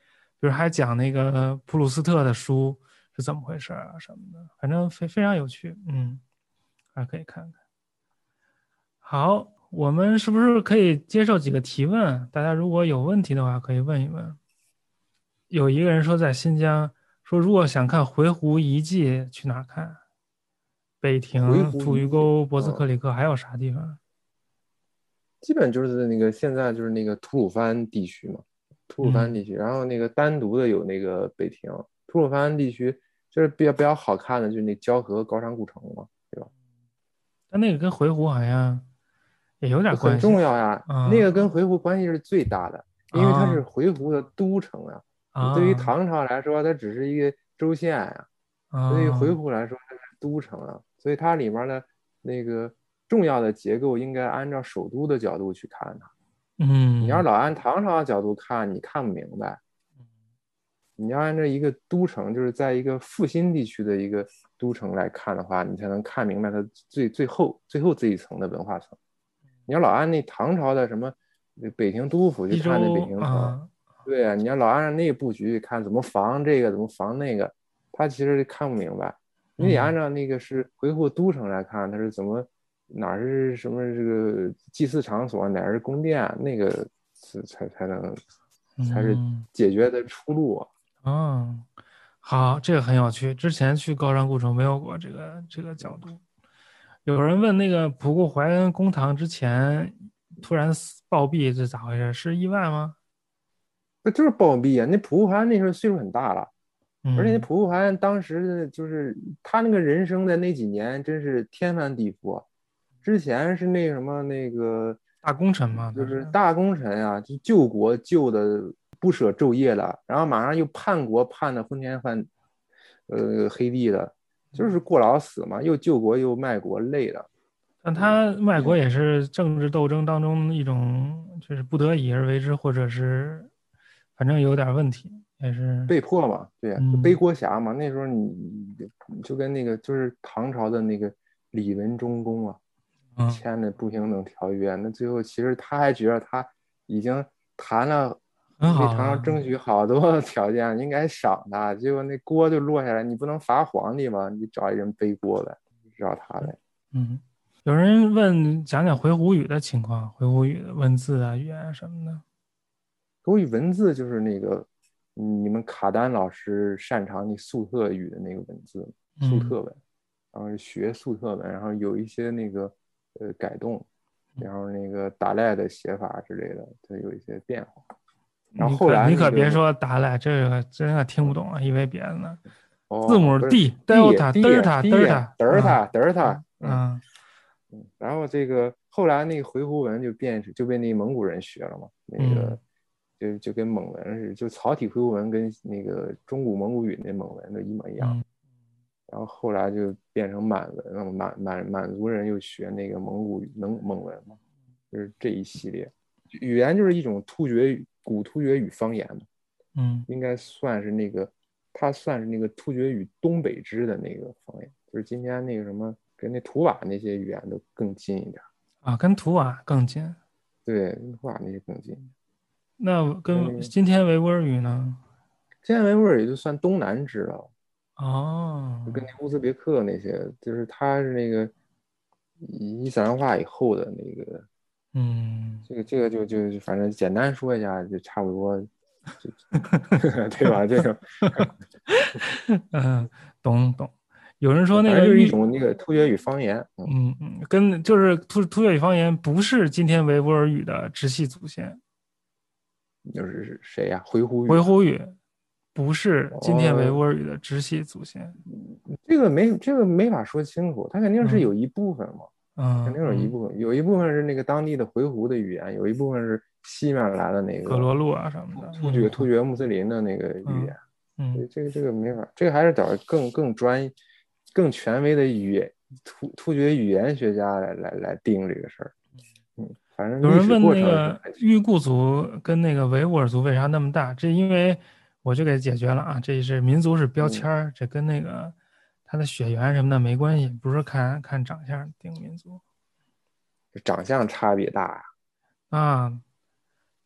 比如还讲那个普鲁斯特的书是怎么回事啊什么的，反正非非常有趣，嗯，还可以看看。好，我们是不是可以接受几个提问？大家如果有问题的话，可以问一问。有一个人说在新疆，说如果想看回鹘遗迹，去哪儿看？北回亭、 鹘遗迹， 吐鱼沟、博斯嗯， 克里克，还有啥地方？ 基本就是那个现在就是那个吐鲁番地区嘛，吐鲁番嗯， 地区，然后那个单独的有那个北亭，吐鲁番地区就是比较比较好看的，就是那交河高山故城嘛，对吧？ 但那个跟回鹘好像也有点很关系。 重要呀，那个跟啊回鹘关系是最大的，因为它是啊回鹘的都城啊。你对于啊唐朝来说，它只是一个州县呀，对于回啊！ 鹘来说，它是都城啊，所以它里面的那个重要的结构应该按照首都的角度去看它。你要嗯老按唐朝的角度看，你看不明白。你要按照一个都城，就是在一个复兴地区的一个都城来看的话，你才能看明白它最最后最后这一层的文化层。你要老按那唐朝的什么北庭都府去看那北西周庭城， 啊， 对啊，你要老按照那布局看怎么防这个，怎么防那个，他其实看不明白。你得按嗯照那个是回鹘都城来看，它是怎么哪是什么这个祭祀场所，哪是宫殿，那个是才才能才是嗯解决的出路啊。 哦，好，这个很有趣。之前去高山古城没有过这个这个角度。有人问那个蒲固怀恩公堂之前突然死暴毙是咋回事？是意外吗？ 那就是暴毙啊！那蒲富潘那时候岁数很大了，而且那嗯， 蒲富潘当时就是他那个人生的那几年真是天翻地覆啊。之前是那什么那个大功臣嘛，他是。 就是大功臣啊，就救国救的不舍昼夜了，然后马上又叛国叛的昏天翻呃黑地的，就是过劳死嘛，又救国又卖国累的。 但他卖国嗯， 也是政治斗争当中一种，就是不得已而为之，或者是反正有点问题，也是。 被迫嘛，对呀，就背嗯锅侠嘛。那时候你你就跟那个就是唐朝的那个李文忠公啊， 嗯， 签的不平等条约，那最后其实他还觉得他已经谈了， 很为好了。 唐朝争取好多条件，应该赏他，结果那锅就落下来，你不能罚皇帝吗？你找一人背锅呗，找他呗。 嗯，有人问讲讲回鹘语的情况，回鹘语的文字啊、语言啊什么的。 口语文字就是那个你们卡丹老师擅长那粟特语的那个文字，粟嗯特文，然后学粟特文，然后有一些那个呃改动，然后那个打赖的写法之类的，它有一些变化。然后后你可你来那个可别说达赖，这个真的听不懂啊，以为别的呢。字哦， 母不是 D、 D delta、 D delta、 D delta， 德尔嗯塔德尔塔， 嗯嗯嗯嗯，然后这个后来那个回鹘文就变就被那个蒙古人学了嘛，那嗯个就就跟蒙文似的，就草体回鹘文跟那个中古蒙古语那蒙文都一模一样。 嗯然后后来就变成满文了，满满满族人又学那个蒙古语蒙蒙文嘛，就是这一系列语言就是一种突厥语古突厥语方言嘛， 嗯， 应该算是那个它算是那个突厥语东北支的那个方言，就是今天那个什么跟那图瓦那些语言都更近一点。 啊，跟图瓦更近。 对，图瓦那些更近， 那跟那个跟今天维吾尔语呢？ 现在维吾尔也就算东南支了，就跟哦， 那乌兹别克那些，就是它是那个伊斯兰化以后的那个。 嗯， 这个这个就就反正简单说一下就差不多，就对吧？这个嗯，懂懂。有人说那反正就是一个豫， 种那个突厥语方言。嗯， 嗯嗯，跟就是突突厥语方言不是今天维吾尔语的直系祖先， 就是谁呀、回鹘语啊？ 维吾语不是今天维吾哦， 尔语的直系祖先。 这个没这个没法说清楚，它肯定是嗯有一部分嘛，肯定有一嗯嗯， 部分，有一部分是那个当地的回鹘的语言，有一部分是西面来的那个格罗路啊什么的。 突厥嗯突厥穆斯林的那个语嗯言。所嗯， 以这个这个没法，这个还是找更更专、更权威的语言突突厥语言学家来来来定这个事儿。嗯，反正有人历史过问那个程是很裕固族跟那个维吾尔族为啥那么大？这因为我就给解决了啊，这是民族是标签嗯， 儿，这跟那个他的血缘什么的没关系，不是看看长相定民族长相差别大呀。 啊。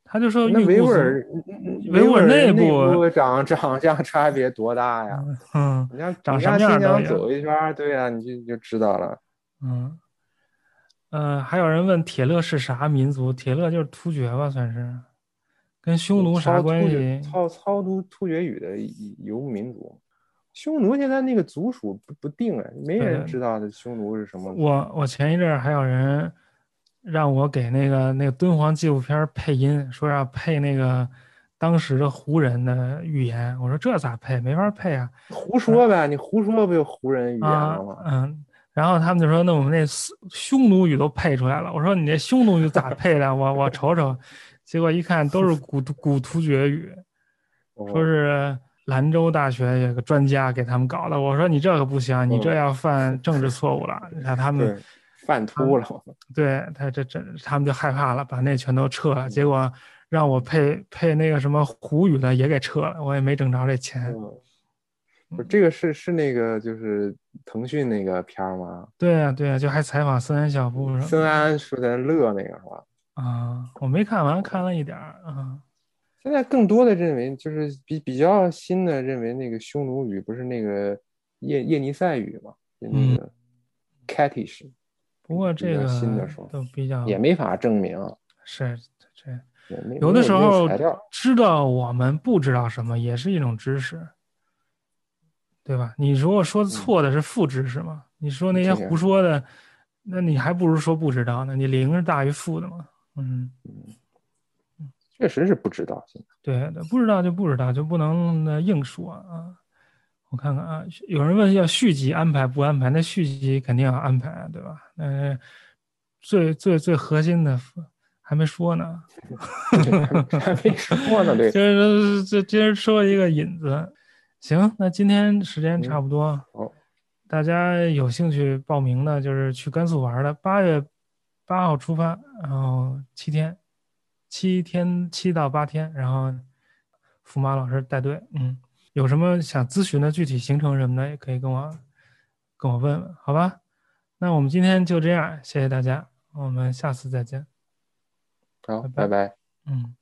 他就说那玉姑祖， 维吾尔维吾尔维吾尔内部， 人内部长长相差别多大呀？ 嗯嗯， 你像你长什么像新疆样都有。 走一圈儿，对啊，你就就知道了。 嗯呃，还有人问铁勒是啥民族？铁勒就是突厥吧，算是，跟匈奴啥操突厥关系？ 操操突突厥语的游牧民族，匈奴现在那个族属不不定啊，没对对， 人知道的匈奴是什么族。 我我前一阵儿还有人让我给那个那个敦煌纪录片儿配音，说要配那个当时的胡人的语言。我说这咋配？没法配啊。 胡啊说呗，你胡说不就胡人语言啊了吗？ 嗯，然后他们就说那我们那匈奴语都配出来了。我说你这匈奴语咋配的？我我瞅瞅。结果一看都是古古突厥语，说哦， 是兰州大学有个专家给他们搞的。我说你这个不行，你这嗯， 要犯政治错误了。你看他们。 对，犯啊， 秃了。 对他这这他们就害怕了，把那全都撤了。结嗯果让我配配那个什么胡语的也给撤了，我也没挣着这钱。 嗯，不是这个是是那个就是腾讯那个片儿吗？ 对呀，对呀，就还采访森恩小布什么的。 孙安说的乐那个是吧？ 啊，我没看完，看了一点儿啊。 现在更多的认为就是比比较新的认为那个匈奴语不是那个叶叶尼塞语嘛，就那嗯， 个 Cattish， 不过比较新这个的说法， 都比较也没法证明， 是这也没有没有没有的时候材料。 知道我们不知道什么也是一种知识，对吧？你如果说嗯， 错的是负知识嘛，你说那些这个胡说的，那你还不如说不知道呢。你零是大于负的嘛。嗯， 确实是不知道。现在对的，不知道就不知道，就不能那硬说啊。我看看啊，有人问要续集安排不安排？那续集肯定要安排，对吧？那最最最核心的还没说呢。 还还没说呢，对。 今儿这今儿说一个引子。行，那今天时间差嗯， 不多， 好， 大家有兴趣报名的，就是去甘肃玩的，八月八号出发，然后七天，七天七到八天，然后福马老师带队。嗯，有什么想咨询的具体行程什么的，也可以跟我跟我问问，好吧？那我们今天就这样，谢谢大家，我们下次再见， 好， 拜拜。 拜拜。 嗯。